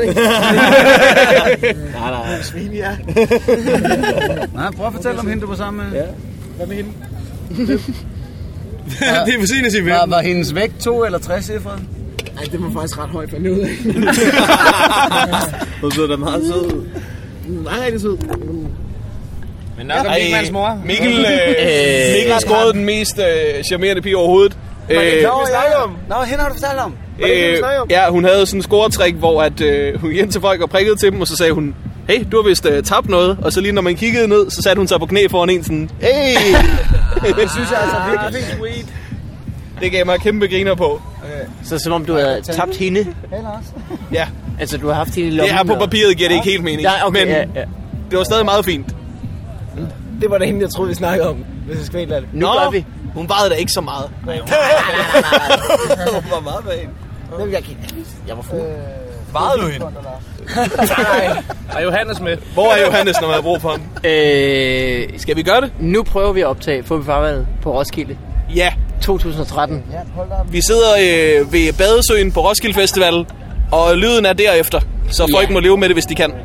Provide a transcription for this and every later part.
ikke? Nej. Svin, ja. Nej, prøv at fortælle om hende, du var sammen med. Ja. Hvad med hende? Det er for sent at sige Var hendes vægt 2 eller 3 cifre? Nej, det var faktisk ret højt, fandt jeg ud af. Hun så da meget sød. Hun er rigtig sød. Men nok om Mikkelmans mor. Mikkel scorede den mest charmerende pige overhovedet. Nå, hende har du fortalt om. Ja, hun havde sådan en scoretrik, hvor at, hun gik ind til folk og prikkede til dem, og så sagde hun, hey, du har vist tabt noget. Og så lige når man kiggede ned, så satte hun sig på knæ foran en sådan, hey! Det synes jeg altså virkelig sweet. Det gav mig kæmpe griner på. Så som om du havde tabt hende? Ja. Altså du har haft hende i lommen? Det her på papiret giver det ikke helt mening. Ja, okay, men det var stadig meget fint. Det var da hende, jeg troede, vi snakkede om, hvis jeg skal helt lade det. Nu gør vi. Hun vejede da ikke så meget. Nej. Hun var meget bag. Jeg var fuld. Vejede du hende? Nej. Og Johannes med. Hvor er Johannes, når man har brug for ham? Skal vi gøre det? Nu prøver vi at optage Få vi farvandet på Roskilde. Ja. 2013. Vi sidder ved Badesøen på Roskilde Festival, og lyden er derefter. Så folk må leve med det, hvis de kan.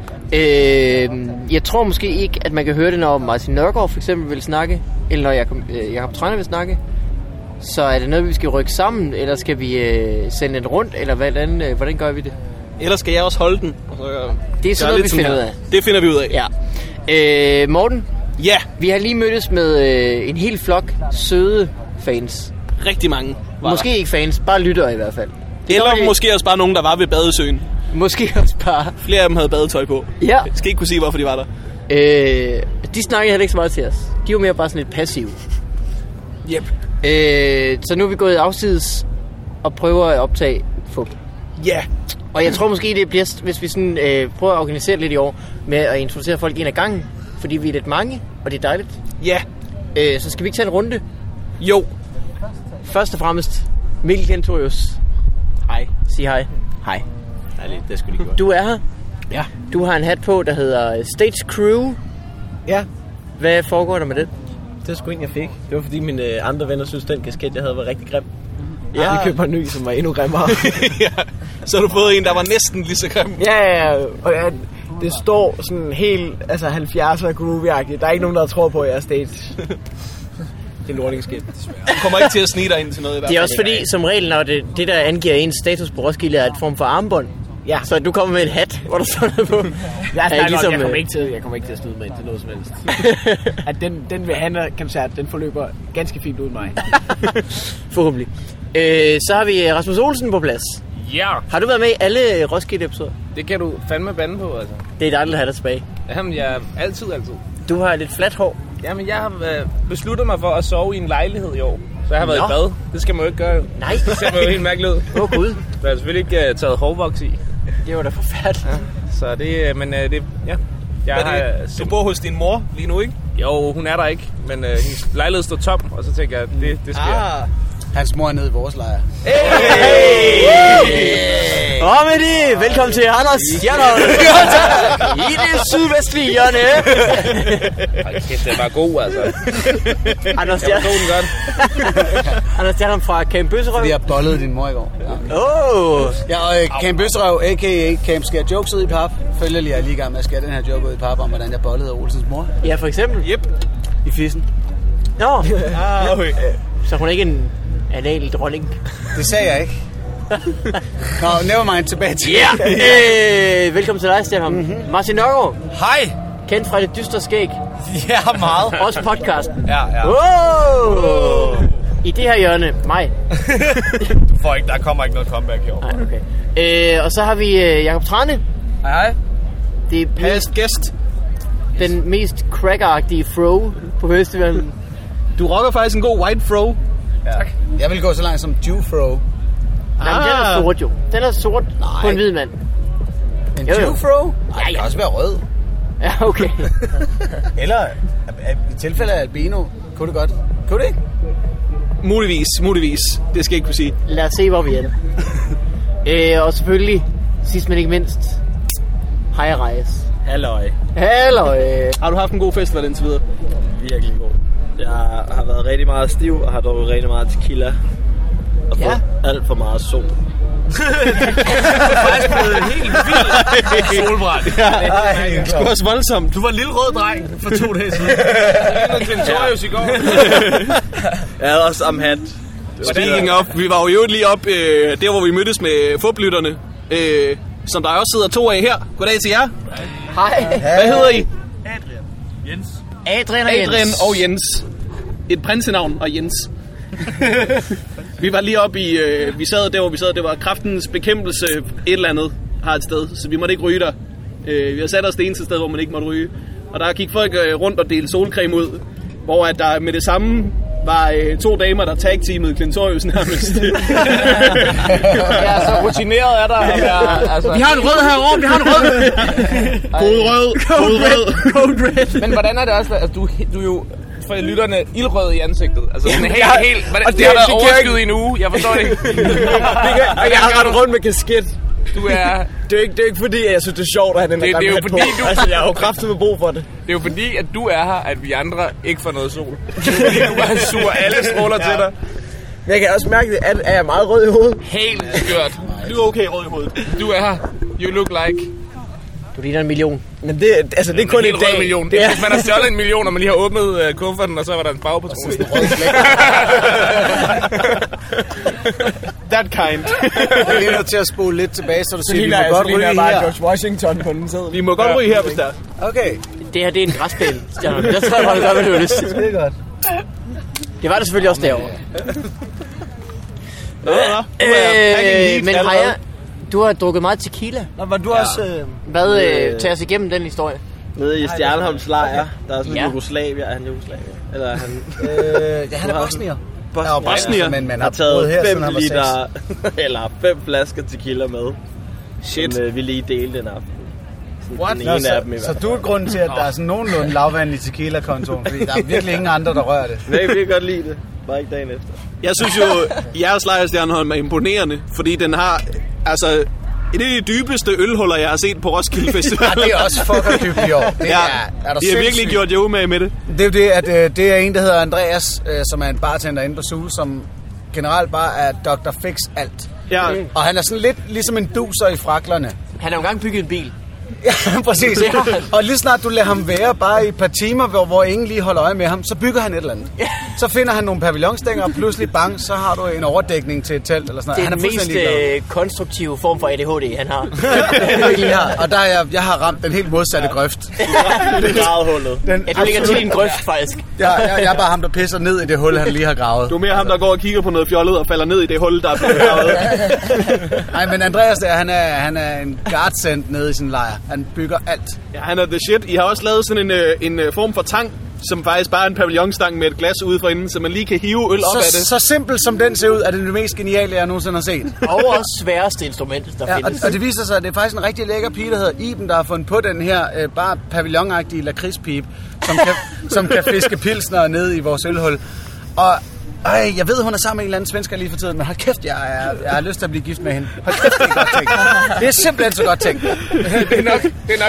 Jeg tror måske ikke, at man kan høre det, når Martin Nørgaard for eksempel vil snakke, eller når Jakob Trane vil snakke. Så er det noget, vi skal rykke sammen, eller skal vi sende den rundt, eller hvordan gør vi det? Ellers skal jeg også holde den. Det er sådan noget, vi finder ud af. Det finder vi ud af. Ja. Morten? Ja. Vi har lige mødtes med en hel flok søde fans. Rigtig mange. Måske ikke fans, bare lyttere i hvert fald. Eller måske også bare nogen, der var ved Badesøen. Måske også bare. Flere af dem havde badetøj på. Ja. Jeg skal ikke kunne sige, hvorfor de var der. De snakkede heller ikke så meget til os. De var mere bare sådan lidt passive. Yep. Så nu er vi gået afsides og prøver at optage Fup. Ja. Og jeg tror måske, det bliver, hvis vi sådan, prøver at organisere lidt i år, med at introducere folk ind ad gangen. Fordi vi er lidt mange, og det er dejligt. Ja. Så skal vi ikke tage en runde? Jo. Først og fremmest, Mikkel Kentorius. Hej. Sig hej. Hej. Dejligt, det skulle lige godt. Du er her. Ja. Du har en hat på, der hedder Stage Crew. Ja. Hvad foregår der med det? Det var sgu en, jeg fik. Det var fordi mine andre venner synes, den kasket, jeg havde, var rigtig grim. Ja. Jeg købte en ny, som var endnu grimmere. Ja. Så har du fået en, der var næsten lige så grim. Ja. Og det står sådan helt 70'er groovy-agtigt. Der er ikke nogen, der tror på, at jeg er stage. Det er lortingskidt. Du kommer ikke til at snige dig ind til noget i hvert fald. Det er også fordi, som regel, når det der angiver ens status på Roskilde, er et form for armbånd. Ja. Så du kommer med en hat, hvor der står noget på. Jeg kommer ikke til at snyde mig ind til noget som helst. At den ved Hanna-koncert, den forløber ganske fint uden mig. Forhåbentlig. Så har vi Rasmus Olsen på plads. Ja. Har du været med i alle Roskilde-episoder? Det kan du fandme bande på, altså. Det er dejligt at have dig tilbage. Jamen, jeg altid. Du har lidt flat hår. Jamen, jeg har besluttet mig for at sove i en lejlighed i år. Så jeg har været i bad. Det skal man jo ikke gøre. Nej. Det ser man jo helt mærkeligt ud. Gud. Der er selvfølgelig ikke taget hårvoks i. Det var da forfærdeligt. Ja. Så det, men det, ja. Du bor hos din mor lige nu, ikke? Jo, hun er der ikke. Men hendes lejlighed står tom, og så tænker jeg, at det sker. Hans mor er nede i vores lejr. Og med det, velkommen til Anders Stjernholm i det sydvestlige hjørne. Kæft, det var god, altså. Anders Stjernholm fra Camp Bøsserøv. Vi har bollet din mor i går. Ja, og Camp Bøsserøv, a.k.a. Camp Skær Jokes ud i pap. Følgelig er jeg lige i gang med at skære den her joke ud i pap om, hvordan jeg bollede Olsens mor. Ja, for eksempel. Yep. I fissen. Nå. Okay. Så hun er ikke en anal dronning. Det sagde jeg ikke. Nå, never mind, tilbage til. Ja. Velkommen til dig, Stjernholm. Martin Nørgaard. Hej. Kendt fra Det Dystre Skæg. Ja, meget. Også podcasten. Ja. I det her hjørne, mig. Du får ikke, der kommer ikke noget comeback i år. Nej, okay. Og så har vi Jakob Trane. Hej. Det er Past gæst. den mest crackeragtige fro på festivalen. Du rocker faktisk en god white fro. Ja. Tak. Jeg vil gå så langt som Jufro. Jamen, den er sort jo. Den er sort på en hvid mand. En Jufro? Nej, det kan også være rød. Ja, okay. Eller i tilfælde af albino, kunne det godt. Kunne det ikke? Muligvis. Det skal jeg ikke kunne sige. Lad os se, hvor vi er. Og selvfølgelig, sidst men ikke mindst, hej Reyes. Halløj. Har du haft en god festival indtil videre? Virkelig god. Jeg har været rigtig meget stiv og har drukket rigtig meget tequila. Og fået alt for meget sol. faktisk blevet helt vildt solbrændt. Ja. Det var også voldsomt. Du var en lille rød dreng for 2 dage siden. Clintorius i går. Jeg havde også samme hat. Speaking of, vi var jo lige op der, hvor vi mødtes med fuplytterne. Som der også sidder 2 af her. Goddag til jer. Hej. Hvad hedder I? Adrian og Jens. Et prinsenavn og Jens. Vi var lige oppe i... vi sad der, hvor vi sad. Det var Kræftens Bekæmpelse et eller andet har et sted. Så vi måtte ikke ryge der. Vi har sat os det eneste sted, hvor man ikke måtte ryge. Og der gik folk rundt og delte solcreme ud. Hvor at der med det samme var 2 damer, der tag-teamede Clintorius nærmest. Ja, så rutineret er der. Altså. Vi har en rød herovre, vi har en rød. Code red. Men hvordan er det også? Altså, du er jo for lytterne ildrød i ansigtet. Altså sådan helt... Og det har været overskyet i en uge. Jeg forstår det ikke. Jeg har rendt rundt med kasket. Du er... Det er ikke fordi, jeg synes, det er sjovt at have den der det er jo fordi, på. Altså, jeg har jo kraftigt med brug for det. Det er jo fordi, at du er her, at vi andre ikke får noget sol. Det er fordi, du bare suger alle stråler til dig. Men jeg kan også mærke, at er jeg meget rød i hovedet. Helt skørt. Du er okay rød i hovedet. Du er her. You look like... Du ligner 1 million. Men det er kun en dag. Million. Det er, hvis man har stjålet 1 million, og man lige har åbnet kufferten, og så var der en farvepatron. That kind. Jeg er nødt til at spole lidt tilbage, så du siger, vi må godt ryge bare her. George Washington på den side. Vi må godt ryge her, hvis der. Okay. Det her, det er en græsplæne, Stjerner. Jeg tror, jeg godt, hvad du har lyst til. Det er godt. Det var det selvfølgelig også derovre. Men Haya, du har drukket meget tequila. Nå, var du også... Hvad tager os igennem den historie? Nede i Stjerneholms lejr, der er sådan en Ja. Jugoslavia. Er han Jugoslavia? Eller er han... Ja, han er bosnier. Bosnier. Men man har har boet taget her, 5 siden han var 6. liter, eller 5 flasker tequila med. Shit. Som vi lige delte den aften. What? Den ene af dem i Så hvert du er grunden til, at der er sådan nogenlunde lavvand i tequila-kontoen, fordi der er virkelig ingen andre, der rører det. fald. Vi kan godt lide det. Bare ikke dagen efter. Jeg synes jo, jeres lejr Stjerneholm er imponerende, fordi den har... Altså, et af de dybeste ølhuller, jeg har set på Roskilde Festival. Ja, det er også fucking dybt i år. Det Ja, er de har virkelig gjort jer umage med det. Det er jo det, at det er en, der hedder Andreas, som er en bartender inde på Zulu, som generelt bare er Dr. Fix alt. Ja. Og han er sådan lidt ligesom en duser i fraklerne. Han har jo engang bygget en bil. Ja, præcis. Og lige snart du lader ham være bare i et par timer, hvor ingen lige holder øje med ham, så bygger han et eller andet. Så finder han nogle pavillonstænger, og pludselig bang, så har du en overdækning til et telt eller sådan noget. Det er Han den mest fuldstændig konstruktive form for ADHD, han har. ja, og der er jeg har ramt den helt modsatte grøft. Det er gravhullet. Ja, du ligger til en grøft, faktisk. Jeg er bare ham, der pisser ned i det hul, han lige har gravet. Du er mere ham, der går og kigger på noget fjollet og falder ned i det hul, der er blevet gravet. Nej, men Andreas der, han er en godsend nede i sin lejr. Han bygger alt. Ja, han er the shit. I har også lavet sådan en form for tang, som faktisk bare er en pavillonstang med et glas ude for inden, så man lige kan hive øl op af det. Så simpelt som den ser ud, er det det mest geniale, jeg nogensinde har set. Og også sværeste instrument, der findes. Og det viser sig, at det er faktisk en rigtig lækker pige, der hedder Iben, der har fundet på den her bare pavillonagtige lakridspipe, som kan fiske pilsner ned i vores ølhul. Og jeg ved, hun er sammen med en eller anden svensker lige for tiden, men hold kæft, jeg har lyst til at blive gift med hende. Hold kæft, det er godt tænkt. Det er simpelthen så godt tænkt. Det er nok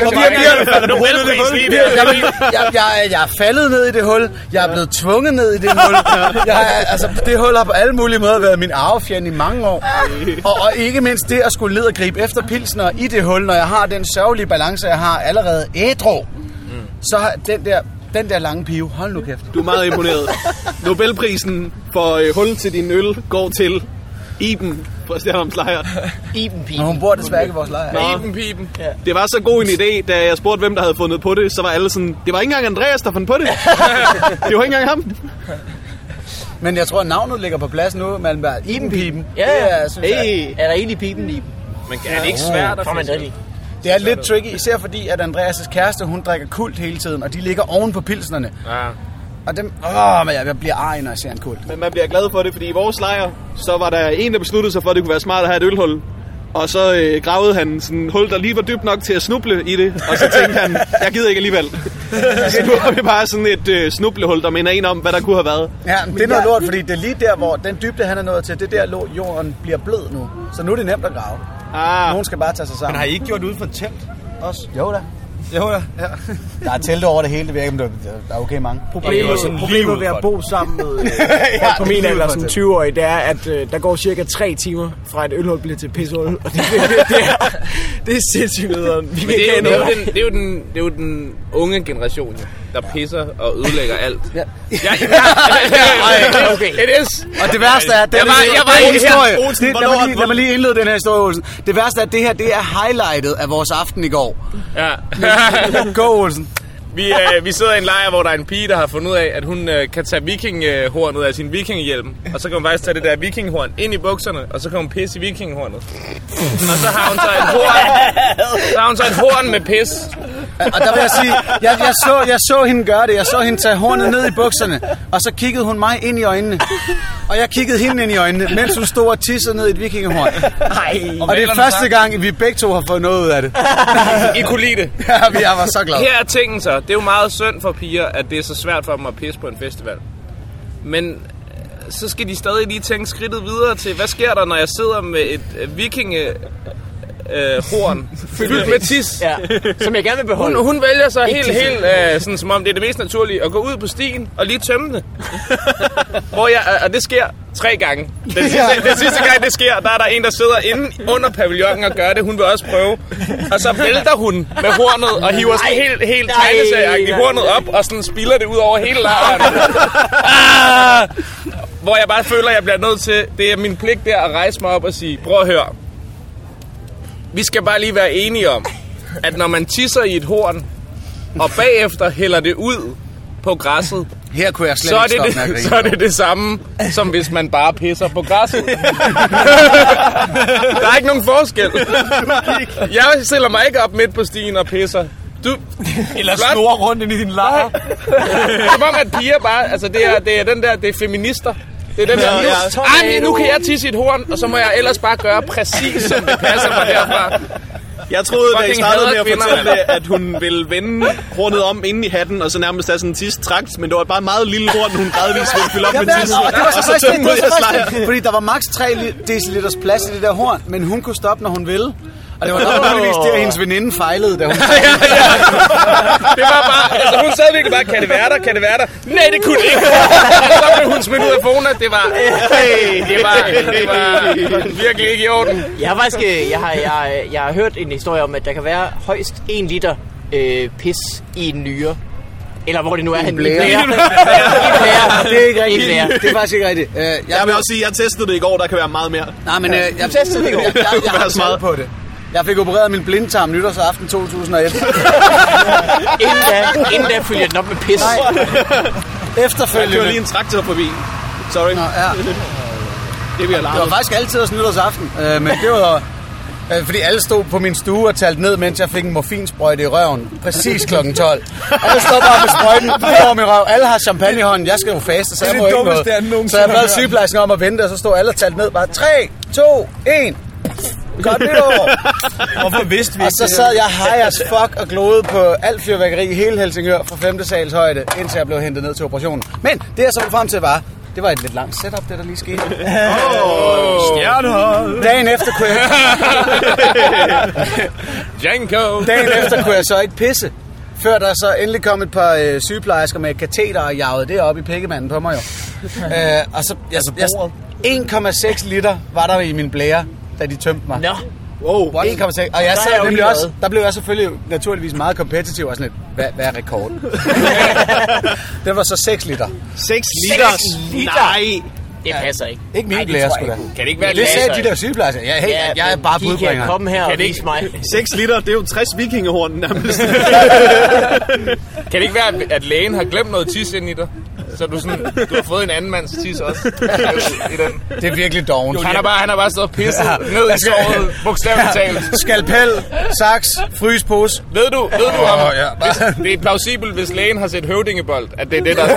Jeg er faldet ned i det hul. Jeg er blevet tvunget ned i det hul. Det hul har på alle mulige måder været min arvefjende i mange år. Og ikke mindst det at skulle lede og gribe efter pilsner i det hul, når jeg har den sørgelige balance, jeg har allerede ædru. Så har den der lange pive, hold nu kæft. Du er meget imponeret. Nobelprisen for hul til din øl går til Iben fra Stjerneholms lejr. Iben-piben. Men hun bor desværre ikke i vores lejr. Iben-piben. Ja. Det var så god en idé, da jeg spurgte, hvem der havde fundet på det, så var alle sådan, det var ikke engang Andreas, der fandt på det. Det var ikke engang ham. Men jeg tror, at navnet ligger på plads nu, Malmberg. Iben-piben. Ja, Det er, synes jeg, Er der egentlig piben, Iben? Men er det ikke svært at Får man det? det er lidt tricky, især fordi, at Andreas' kæreste, hun drikker kult hele tiden, og de ligger oven på pilsnerne. Ja. Og dem, men jeg bliver arg, når jeg ser en kult. Men man bliver glad for det, fordi i vores lejr, så var der en, der besluttede sig for, at det kunne være smart at have et ølhul. Og så gravede han sådan et hul, der lige var dybt nok til at snuble i det. Og så tænkte han, jeg gider ikke alligevel. Så nu har vi bare sådan et snublehul, der minder en om, hvad der kunne have været. Ja, men det er noget lort, fordi det er lige der, hvor den dybde, han er nået til, det er der, jorden bliver blød nu. Så nu er det nemt at grave. Nogen skal bare tage sig sammen. Men har I ikke gjort det ude for et telt også? Jo da. Jo, ja. Der er telte over det hele, det virker, men der er okay mange. Problemet ved at bo sammen med på min alder som 20-årig, det er, at der går cirka 3 timer fra et ølhul bliver til pishul, og det er sindssygt nederen. Det er jo den unge generation, der pisser og ødelægger alt. Ja. Okay. It is. Og det værste er, lad mig lige indlede den her historie, Olsen. Det værste er, at det her, det er highlightet af vores aften i går. Ja. Gå, Olsen. Vi sidder i en lejr, hvor der er en pige, der har fundet ud af, at hun kan tage vikingehorn ud af sin vikingehjelm. Og så kan hun faktisk tage det der vikingehorn ind i bukserne, og så kan hun pisse i vikingehornet. Og så har hun så et horn med pis. Og der vil jeg sige, jeg så hende gøre det. Jeg så hende tage hornet ned i bukserne, og så kiggede hun mig ind i øjnene. Og jeg kiggede hende ind i øjnene, mens hun stod og tissede ned i et vikingehorn. Og det er første gang, vi begge to har fået noget ud af det. I kunne lide det. Ja, jeg var så glad. Her er tingen så. Det er jo meget synd for piger, at det er så svært for dem at pisse på en festival. Men så skal de stadig lige tænke skridtet videre til, hvad sker der, når jeg sidder med et horn fyldt med tis, som jeg gerne vil beholde. Hun vælger så helt sådan, som om det er det mest naturlige, at gå ud på stien og lige tømme det. Og det sker 3 gange. Den sidste gang det sker, der er der en, der sidder inde under pavillonen og gør det. Hun vil også prøve. Og så vælter hun med hornet og hiver sådan helt tegneserieagtigt hornet op og sådan spilder det ud over hele lejren. Hvor jeg bare føler, at jeg bliver nødt til, det er min pligt der at rejse mig op og sige, prøv at høre. Vi skal bare lige være enige om, at når man tisser i et horn, og bagefter hælder det ud på græsset, her kunne jeg slet så er det det samme, som hvis man bare pisser på græsset. Der er ikke nogen forskel. Jeg stiller mig ikke op midt på stien og pisser. Eller snor rundt ind i din lejr. Som om at piger bare, altså det er den der, det er feminister. Det er den der, nu kan jeg tisse i et horn, og så må jeg ellers bare gøre præcis, som det passer mig derfra. Jeg troede, da I startede med at fortælle det, at hun ville vende hornet om inde i hatten, og så nærmest have sådan en tis-trakt, men det var bare et meget lille horn, hun gradvist ville fylde op med tis. Og så tømte jeg slejr. Fordi der var maks 3 deciliters plads i det der horn, men hun kunne stoppe, når hun ville. Og det var naturligvis det, at hendes veninde fejlede, da hun... Det var bare... Altså, hun sad virkelig bare, kan det være der? Nej, det kunne det ikke. Så blev hun smidt ud af Fona. Det var virkelig ikke i orden. Jeg har hørt en historie om, at der kan være højst 1 liter pis i en nyre. Eller hvor det nu er, han blære. Det er ikke rigtigt. Det er faktisk ikke rigtigt. Jeg vil også sige, at jeg testede det i går, der kan være meget mere. Nej, men jeg testede det i går. Jeg har taget på det. Jeg fik opereret min blindtarm nytårsaften 2001. Inden da følger den op med pis. Efterfølgende. Jeg kører lige en traktor forbi. Sorry. Nå, ja. Det var faktisk altid også nytårsaften. Men det var... Fordi alle stod på min stue og talte ned, mens jeg fik en morfinsprøjte i røven. Præcis kl. 12. Alle stod bare med sprøjten over min røv. Alle har champagne i hånden. Jeg skal jo faste, så jeg må ikke noget. Så jeg bad sygeplejersken om at vente, og så stod alle og talte ned. Bare 3, 2, 1... Godt nytår! Hvorfor vidste vi og så sad jeg high as fuck og glodede på alt fyrværkeri i hele Helsingør fra 5. sals højde, indtil jeg blev hentet ned til operationen. Men det jeg så ville frem til det var et lidt langt setup, det der lige skete. Stjernehold! Dagen efter kunne jeg... Janko! Dagen efter kunne jeg så ikke pisse. Før der så endelig kom et par sygeplejersker med et kateter og jagede det op i pikkemanden på mig jo. Og så... 1,6 liter var der i min blære, da de tømte mig. Nå. Wow, 1,6. Og jeg sad nemlig også, der blev jeg selvfølgelig naturligvis meget kompetitiv og sådan lidt, hvad er rekorden? Det var så 6 liter. 6 liter? Nej. Det passer ikke. Ikke min blære, sgu da. Kan det ikke være det sagde de der sygeplejersker. Jeg er bare budbringer. De kan komme her og vise mig. 6 liter, det er jo 60 vikingehorn nærmest. Kan det ikke være, at lægen har glemt noget tis ind i dig? Så du har fået en anden mands tis også i den. Det er virkelig dovent. Han har bare stået og pisset ned i såret, bogstaveligt talt. Skalpel, saks, frysepose. Ved du om, det er plausibelt, hvis lægen har set høvdingebold, at det er det, der er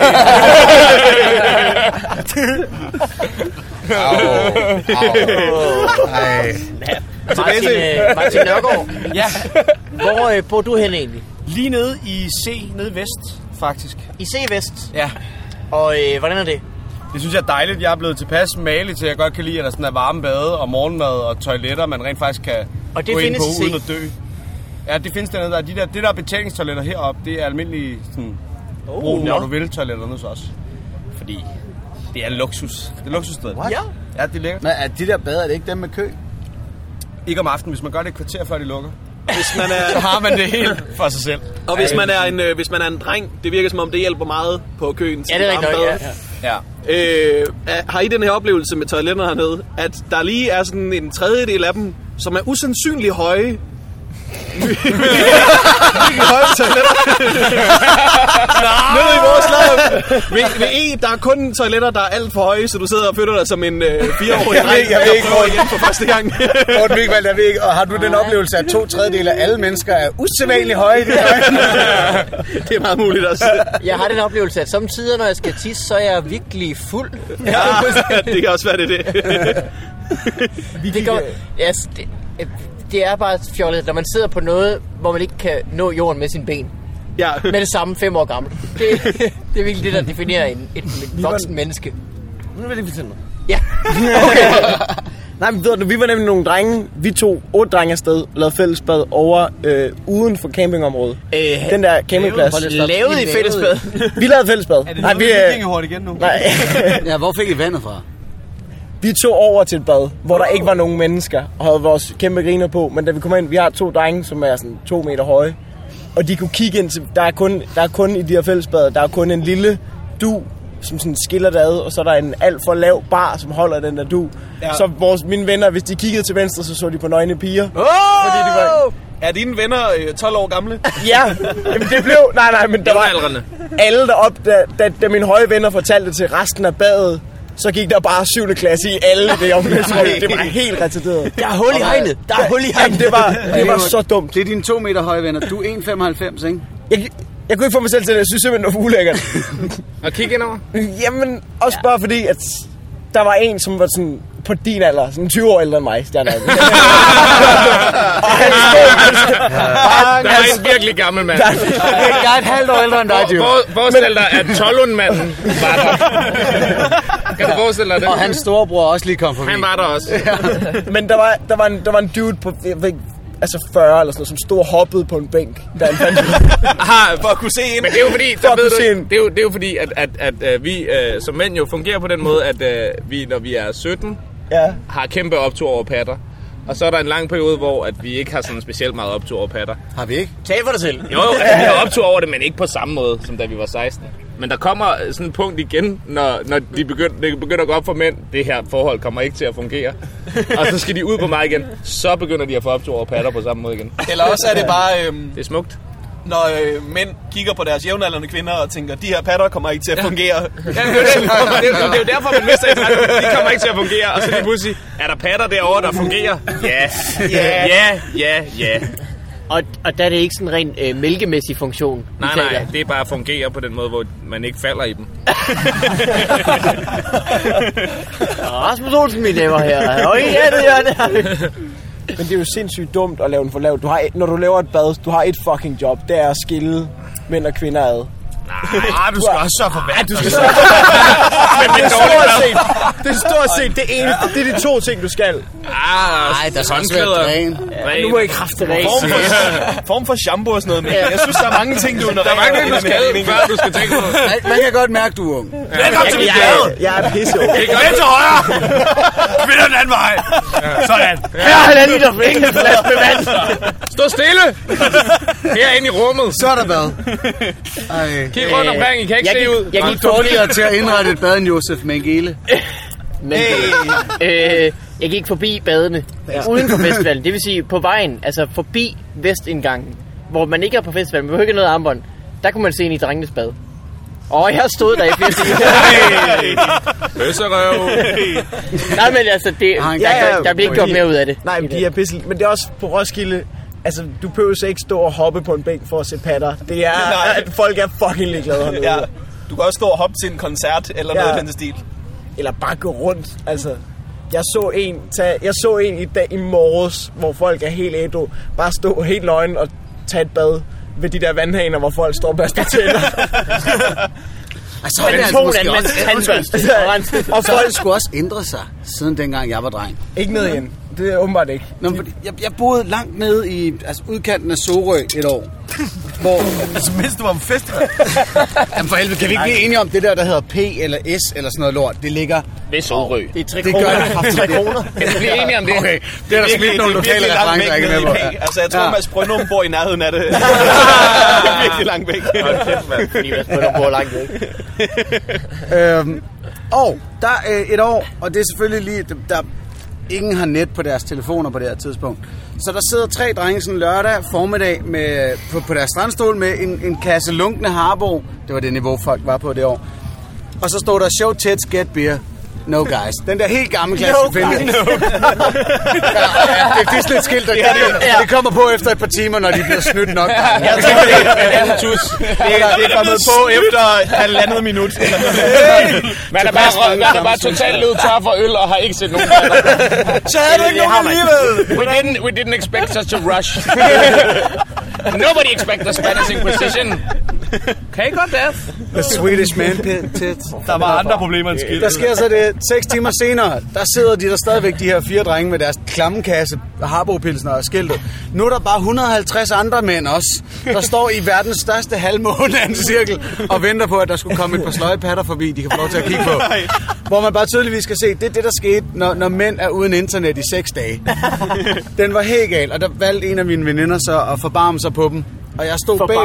Martin Nørgaard. Ja. Hvor bor du hen egentlig? Lige nede i C, nede i vest, faktisk. I C Vest? Ja. Og hvordan er det? Det synes jeg er dejligt. Jeg er blevet tilpas malig til, at jeg godt kan lide, at der sådan er varme bade og morgenmad og toiletter, man rent faktisk kan og det gå ind på C. uden at dø. Ja, det findes dernede. Det der betalingstoiletter heroppe, det er almindelige sådan, brug, når du vil toiletter nu så også. Fordi det er luksus. Det er luksusstedet. Ja. Ja, det er lækkert. Men er de der bader, er det ikke dem med kø? Ikke om aftenen, hvis man gør det et kvarter før de lukker. Hvis man er, Så har man det helt for sig selv. og hvis man er en dreng, det virker som om det hjælper meget på køen. Ja, det er rigtigt nok, Ja. Har I den her oplevelse med toiletter hernede, at der lige er sådan en tredjedel af dem, som er usandsynligt høje? Virkelig høje toiletter. Nede i vores lag. Ved der er kun toiletter, der er alt for høje, så du sidder og føler dig som en 4-årig dreng, jeg ved ikke, hvor igen for første gang. Morten Wigwald, jeg ved ikke, og har du den oplevelse, at 2/3 af alle mennesker er usædvanligt høje? Det er meget muligt også. Jeg har den oplevelse, at samtidig, når jeg skal tisse, så er jeg virkelig fuld. Ja, det kan også være det. Det går... Altså, det er bare fjollet, når man sidder på noget, hvor man ikke kan nå jorden med sine ben. Ja. Med det samme 5 år gammel. Det er virkelig det, der definerer et voksen menneske. Nu vil jeg lige fortælle noget. Ja. Okay. Nej, men ved du, vi var nemlig nogle drenge. Vi tog 8 drenge afsted, lavede fællesbad over uden for campingområdet. Den der campingplads. Lavede I fællesbad? Vi lavede fællesbad. Er det noget, vi gik hurtigt igen nu? Nej. Ja, hvor fik I vandet fra? Vi tog over til et bad, hvor der ikke var nogen mennesker, og havde vores kæmpe griner på. Men da vi kom ind, vi har 2 drenge, som er sådan 2 meter høje. Og de kunne kigge ind til, der er kun i de her fællesbader, der er kun en lille du, som sådan skiller det ad, og så er der en alt for lav bar, som holder den der du. Ja. Så mine venner, hvis de kiggede til venstre, så de på nøgne piger. Fordi de var... Er dine venner 12 år gamle? Ja, jamen det blev... Nej, men der var alle deroppe, da mine høje venner fortalte det til resten af badet, så gik der bare 7. klasse i alle det omklædningsrum. Det var helt retarderet. Der er hul i hegnet. Der er hul i hegnet. Jamen, det var så dumt. Det er dine 2 meter høje venner. Du er 1,95, ikke? Jeg kunne ikke få mig selv til det. Jeg synes simpelthen, det var ulækkert. Og kig ind over. Jamen, også bare fordi, at der var en, som var sådan på din alder, sådan 20 år ældre end mig, Stjerner. Og han stod... Der er en virkelig gammel mand. Jeg er et halvt år ældre end dig, Dio. Forestil dig, at Tollund-manden var der. Kan du forestille dig det? Og hans storebror også lige kom forbi. Han var der også. Men der var en dude på... Altså 40 eller sådan noget, som stod og hoppede på en bænk, da han fandt For at kunne se ind. Men det er jo fordi, det er jo fordi, at vi som mænd jo fungerer på den måde, at vi, når vi er 17, har kæmpe optur over patter. Og så er der en lang periode, hvor at vi ikke har sådan specielt meget optur over patter. Har vi ikke? Tal for dig selv. Jo, altså, vi har optur over det, men ikke på samme måde, som da vi var 16. Men der kommer sådan et punkt igen, når det begynder at gå op for mænd. Det her forhold kommer ikke til at fungere. Og så skal de ud på mig igen. Så begynder de at få optur over patter på samme måde igen. Eller også er det bare... Det er smukt. Når mænd kigger på deres jævnaldrende kvinder og tænker, de her patter kommer ikke til at fungere. Ja, det er jo derfor, man mister interesse. De kommer ikke til at fungere. Og så lige pludselig, er der patter derovre, der fungerer? Ja. Og der er det ikke sådan en ren mælkemæssig funktion. Nej, det er bare at fungere på den måde, hvor man ikke falder i dem. Rasmus Olsen, mine damer her. Og ja, det gør det. Men det er jo sindssygt dumt at lave den for lavt. Når du laver et bad, du har et fucking job. Det er at skille mænd og kvinder ad. Nej, du skal også sørge for vand. Du skal sørge det er stort set det ene. Det er de 2 ting, du skal. Nej, der skal også være dræn. Nu må jeg kræfte ren. Form for shampoo og sådan noget, men jeg synes, der er mange ting, du Der er mange ting, du skal, før du skal tænke på. Man kan godt mærke, du er ung. Velkommen til mit gade. Jeg er pisse. Vend til højre. Kvinder den anden vej. Sådan. Her er en liter for ingen flaske med vand. Stå stille! Herinde i rummet. Så er der bad. Kig rundt omkring, I kan ikke se ud. Jeg gik Dårligere til at indrette et bad end Josef Mengele. Men jeg gik forbi badene uden for festivalen. Det vil sige på vejen, altså forbi vestindgangen, hvor man ikke er på festivalen, man behøver ikke noget armbånd. Der kunne man se ind i drengenes bad. Og jeg stod der i flere timer. Bøsserøv. Nej, men altså, der bliver ikke gjort mere ud af det. Nej, men de er pisse. Men det er også på Roskilde. Altså, du behøver så ikke stå og hoppe på en bænk for at se patter. Det er, at folk er fucking ligeglade hernede. Ja. Du kan også stå og hoppe til en koncert eller noget af den stil. Eller bare gå rundt. Altså, jeg så en i dag i morges, hvor folk er helt ædru. Bare stå helt nøgen og tage et bad ved de der vandhaner, hvor folk står og børster tænder. Altså, Og folk skulle også ændre sig, siden dengang jeg var dreng. ikke ned igen. Det er åbenbart ikke. Nå, fordi jeg boede langt nede i udkanten af Sorø et år. Hvor... Altså, mens du var på festival. Jamen for helvede, kan vi ikke blive enige om det der hedder P eller S eller sådan noget lort? Det ligger... Ved Sorø. Det er 3 Det kroner. gør det. 3 kroner. Kan vi blive enige om det? Okay, det er der smidt nogle lokale referencer, ikke med på. Altså, jeg tror, Mads Brøndum bor i nærheden af det. Det er virkelig langt væk. Fordi Mads Brøndum bor langt væk. Og der er et år, og det er selvfølgelig lige... Ingen har net på deres telefoner på det her tidspunkt. Så der sidder 3 drenge sådan lørdag formiddag med, på deres strandstol med en kasse lunkne Harbo. Det var det niveau, folk var på det år. Og så stod der show tits, get beer. No guys. Den der helt gamle klasse, no finde. Ja, det er sådan et skilt, der det kommer på efter et par timer, når de bliver snydt nok. Jeg tror, det er kommet på efter 1,5 minut. Man er bare totalt løbet tør for øl og har ikke set nogen patter. Så havde du ikke nogen alligevel. We didn't expect such a rush. Nobody expect the Spanish Inquisition. Okay, godt det. The Swedish man tits. Der var andre problemer end skidt. Der sker så det 6 timer senere, der sidder de der stadigvæk, de her 4 drenge med deres klammekasse, Harbo-pilsner og skiltet. Nu er der bare 150 andre mænd også, der står i verdens største halvmåne af en cirkel og venter på, at der skulle komme et par sløje patter forbi, de kan få lov til at kigge på. Hvor man bare tydeligvis skal se, det er det, der skete, når mænd er uden internet i 6 dage. Den var helt gal, og der valgte en af mine veninder så at forbarme sig på dem. Og jeg stod bag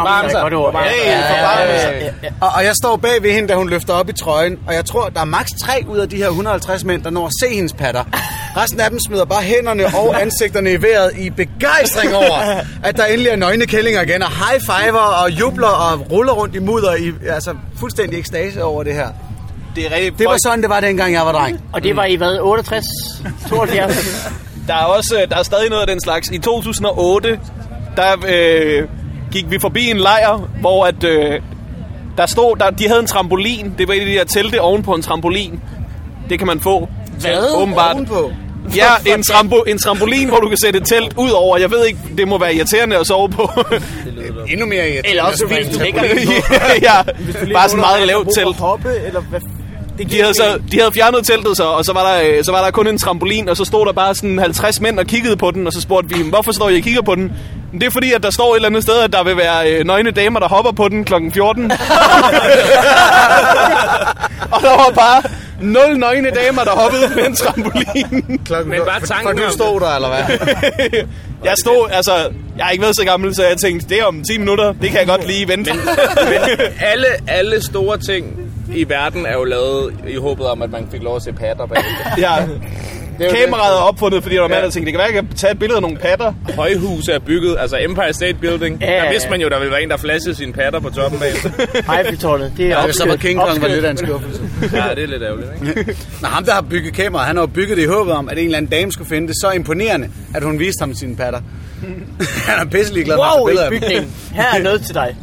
og jeg står bag ved hende, da hun løfter op i trøjen. Og jeg tror, der er maks 3 ud af de her 150 mænd, der når at se hendes patter. Resten af dem smider bare hænderne og ansigterne i vejret i begejstring over, at der endelig er nøgne kællinger igen. Og high-fiver og jubler og ruller rundt i mudder i fuldstændig ekstase over det her. Det var sådan, det var dengang, jeg var dreng. Og det var i hvad? 68? 72? Der er stadig noget af den slags. I 2008, der gik vi forbi en lejr, hvor at, de havde en trampolin. Det var et af de der telte oven på en trampolin. Det kan man få. Hvad? Åbenbart. Ovenpå? Ja, en trampolin, hvor du kan sætte et telt ud over. Jeg ved ikke, det må være irriterende at sove på. Endnu mere irriterende. Eller også hvis du ligger ja, bare sådan meget lavt telt. Hoppe, eller hvad? De havde fjernet teltet så, og så var der kun en trampolin, og så stod der bare sådan 50 mænd og kiggede på den, og så spurgte vi, hvorfor står I og kigger på den? Det er fordi, at der står et eller andet sted, at der vil være nøgne damer, der hopper på den kl. 14. Og der var bare 0 nøgne damer, der hoppede på den trampolin. Men bare tanken du stod der, eller hvad? Jeg har ikke været så gammel, så jeg tænkte, det er om 10 minutter, det kan jeg godt lige vente. Men alle store ting i verden er jo lavet i håbet om, at man fik lov at se patter bagefter. Ja. Kameraet er opfundet, fordi der var mand, der tænkte, det kan være, at jeg kan tage et billede af nogle patter. Højhuse er bygget, altså Empire State Building. Ja. Der vidste man jo, der ville være en, der flashede sine patter på toppen bagefter. Eiffeltårnet, det er Så var King Kong var lidt af en skuffelse. Ja, det er lidt ærgerligt, ikke? Men ham, der har bygget kameraet, han har jo bygget det i håbet om, at en eller anden dame skulle finde det så imponerende, at hun viste ham sine patter. Han er pisselig glad for at tage billeder af dem. Bygning. Her er noget til dig.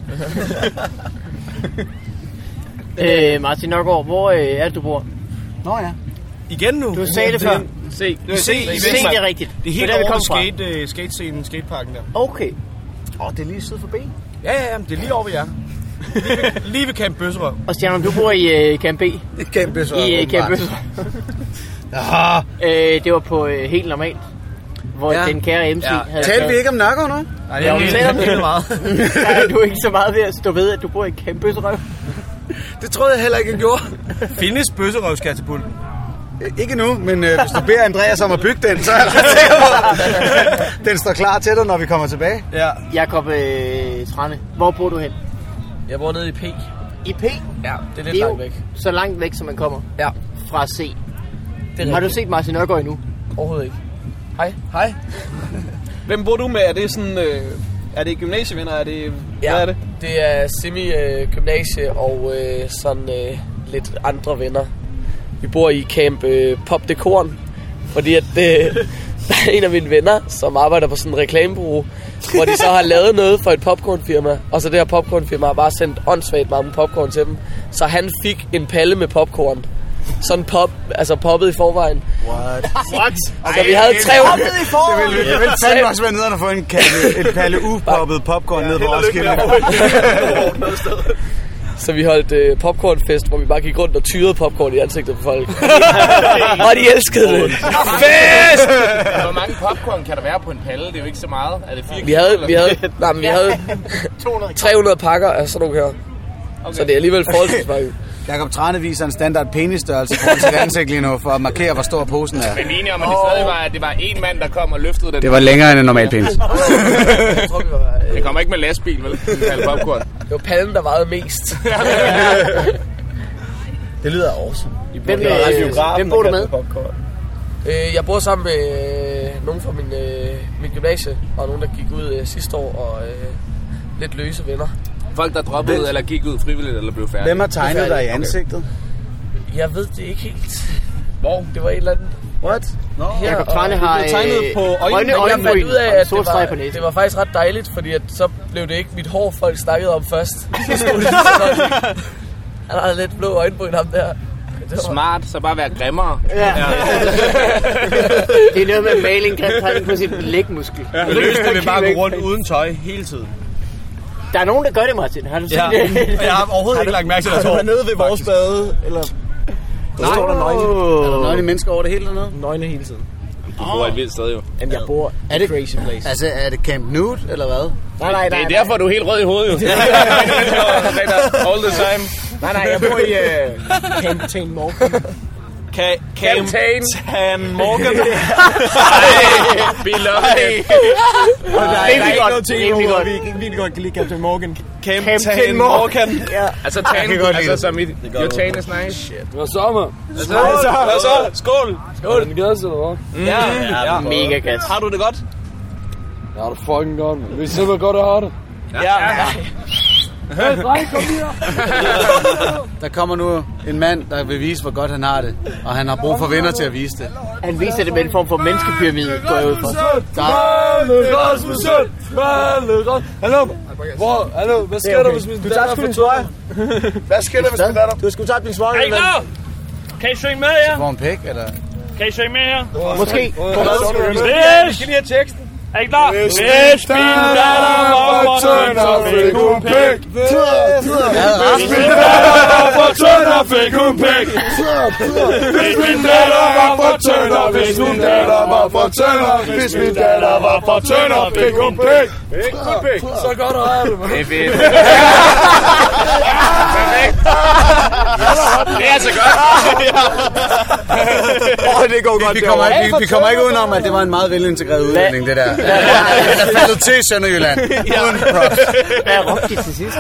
Martin Nørgaard, hvor er det, du bor? Nå ja. Igen nu? Du sagde det før. Se, Se, det er rigtigt. Det er helt der, vi over kom fra. skatescenen, skateparken der. Okay. Det er lige syd forbi. Ja, det er lige over ved jer. Lige ved Camp Bøsserøv. Og Stjerner, du bor i Camp B. Camp Bøsserøv. I Camp Bøsserøv. Det var på helt normalt. Hvor den kære MC havde... Talte vi ikke om Nørgaard nu? Nej, det er helt meget. Du er ikke så meget ved at stå ved, at du bor i Camp Bøsserøv. Det troede jeg heller ikke, jeg gjorde. Findes Bøsserøvskatapulten? Ikke nu, men hvis du beder Andreas om at bygge den, så er jeg ret sikker på, at den står klar til dig, når vi kommer tilbage. Ja. Jakob Trane, hvor bor du hen? Jeg bor nede i P. I P? Ja, det er lidt langt væk. Så langt væk, som man kommer? Ja. Fra C. Har du set Martin Nørgaard endnu? Overhovedet ikke. Hej. Hvem bor du med? Er det sådan... Er det gymnasievenner? Er det... Ja, hvad er det? Det er semi-gymnasie og sådan lidt andre venner. Vi bor i Camp Pop Decoren, fordi at der er en af mine venner, som arbejder på sådan en reklamebureau, hvor de så har lavet noget for et popcornfirma, og så det her popcornfirma har bare sendt åndssvagt mange popcorn til dem. Så han fik en palle med popcorn. Sådan poppet i forvejen. What? Så vi havde 3 år. Det ville fandme også være nederen at få en palle upoppet popcorn ned på Roskilde. Så vi holdt popcornfest, hvor vi bare gik rundt og tyrede popcorn i ansigtet på folk. Og de elskede det. Fest! Hvor mange popcorn kan der være på en palle? Det er jo ikke så meget. Er det 4 vi havde 300 pakker af sådan nogle her. Okay. Så det er alligevel forholdsvis mange. Jakob Trane viser en standard penisstørrelse på sit ansigt lige nu, for at markere, hvor stor posen er. Men enige om, at det stadig var, at det var en mand, der kom og løftede den. Det var længere end en normal penis. Det kommer ikke med lastbil, vel? Popcorn. Det var pallen, der vejede mest. Det lyder awesome. Hvem bor du med? Jeg bor sammen med nogen fra min gymnasie, og nogen, der gik ud sidste år, og lidt løse venner. Folk, der droppede ud, eller gik ud frivilligt, eller blev færdige. Hvem har tegnet dig i ansigtet? Okay. Jeg ved det ikke helt. Hvor? Det var et eller andet. What? No. Jakob Trane har tegnet på øjnene. Jeg fandt ud af, at det var faktisk ret dejligt, fordi at så blev det ikke mit hår, folk snakkede om først. Så stod det sådan. Han har lidt blå øjenbryn, ham der. Smart, så bare være grimmere. Ja. Det er noget med maling, grimtegning på sit lægmuskel. Ja. Det løste det ved bare at gå rundt uden tøj hele tiden. Der er nogen, der gør det, Martin. Har du set det? Jeg har overhovedet ikke lagt mærke til deres hår. Har du været nede ved vores bade? Eller... Nej. Står der nøgne? Er der nøgne mennesker over det hele dernede? Nøgne hele tiden. Du bor et vildt sted jo. Jamen, jeg bor i et crazy place. Altså, er det Camp Nude, eller hvad? Nej. Det er derfor, du er helt rød i hovedet jo. All the time. Nej, jeg bor i Camp Tan Morgan. Camp Tan Morgan. Beloved. Og der er ikke noget til, hvor vi virkelig godt kan lide Camp Tan Morgan. Camp Tan Morgan. Altså tan, altså som i your tan is nice. Shit. Hvad så, man? Hvad så? Skål. Skål. Den glæder sig, eller hvad? Ja. Mega gas. Har du det godt? Jeg har det fucking godt, man. Vi ser, hvor godt jeg har det. Ja. Hey, dreng, kom her. Der kommer nu en mand, der vil vise, hvor godt han har det. Og han har brug for venner til at vise det. Han viser det med en form for menneskepyramide, går jeg ud fra. Hallo, hvad sker der, hvis min datter får tøj? Hvad sker der, hvis min datter... Du har sgu tabt din svøj. Hey, klar! Kan I synge med her? Får en pæk, eller... Kan I synge med her? Måske. Vi skal lige have teksten. Er I klar? Hvis min datter var for tynd og fik hun pæk. Hvis min datter var for tynd og fik hun pæk. Hvis min datter var for tynd og hvis min datter var for tynd og hvis min datter var for tynd og fik hun pæk. Så godt at have det, man. Det er fedt. Perfekt. Det er altså godt. Det går godt. Vi kommer ikke udenom, at det var en meget velintegreret udvikling, det der. Han er faldet til Sønderjylland. Uden props. Hvad råbte de til sidst?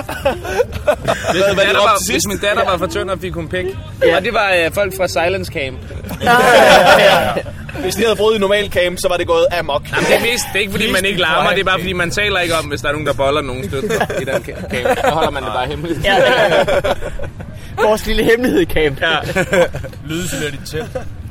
Hvis min datter var for tynd og fik hun pæk. Og det var folk fra Silence Camp. Hvis de havde brugt i normal camp, så var det gået amok. Jamen, det er ikke fordi man ikke larmer, det er bare fordi man taler ikke om, hvis der er nogen, der boller nogen støtter i den camp. Så holder man det bare hemmeligt. Ja. Vores lille hemmelighed camp. Ja. Lydesigner dit telt.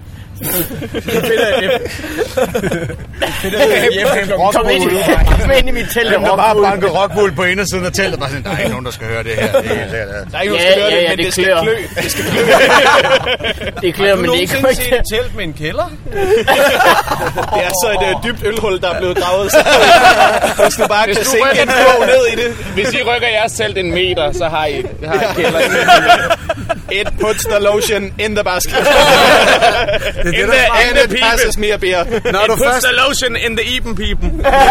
Kom ind i mit telt. Der bare banker rockwool på indersiden af teltet. Bare sådan, der er ikke nogen, der skal høre det her. Der er ikke nogen, der skal høre det, men det skal klø. Det skal klø. Det klør, men det er ikke rigtigt. Har du nogensinde set et telt med en kælder? Det er så et dybt ølhul, der er blevet gravet. Hvis du bare kan sænke en bog ned i det. Hvis I rykker jeres telt en meter, så har I kælder. It puts the lotion in the basket. In the passes mere beer. It puts the lotion in the even people.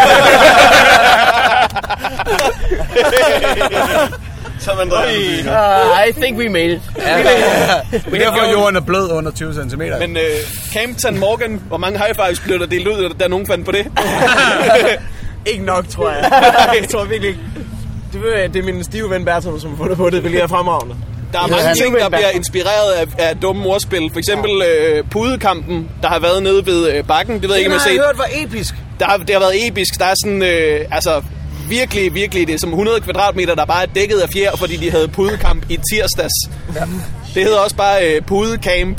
Så man I think we made it. Men derfor jorden er blød under 20 cm. Men Camp Tan Morgan, hvor mange high fives blev der delt ud, der nogen fandt på det? Ikke nok, tror jeg. Jeg tror virkelig ikke. Det er min stive ven Bertram, som har fundet på det. Det bliver fremragende. Der er mange ting, der bliver inspireret af dumme ordspil. For eksempel pudekampen, der har været nede ved bakken. Det ved jeg ikke, om jeg har set. Det har jeg hørt var episk. Det har været episk. Der er sådan, virkelig, det er som 100 kvadratmeter, der bare er dækket af fjer, fordi de havde pudekamp i tirsdags. Ja. Det hedder også bare pudecamp.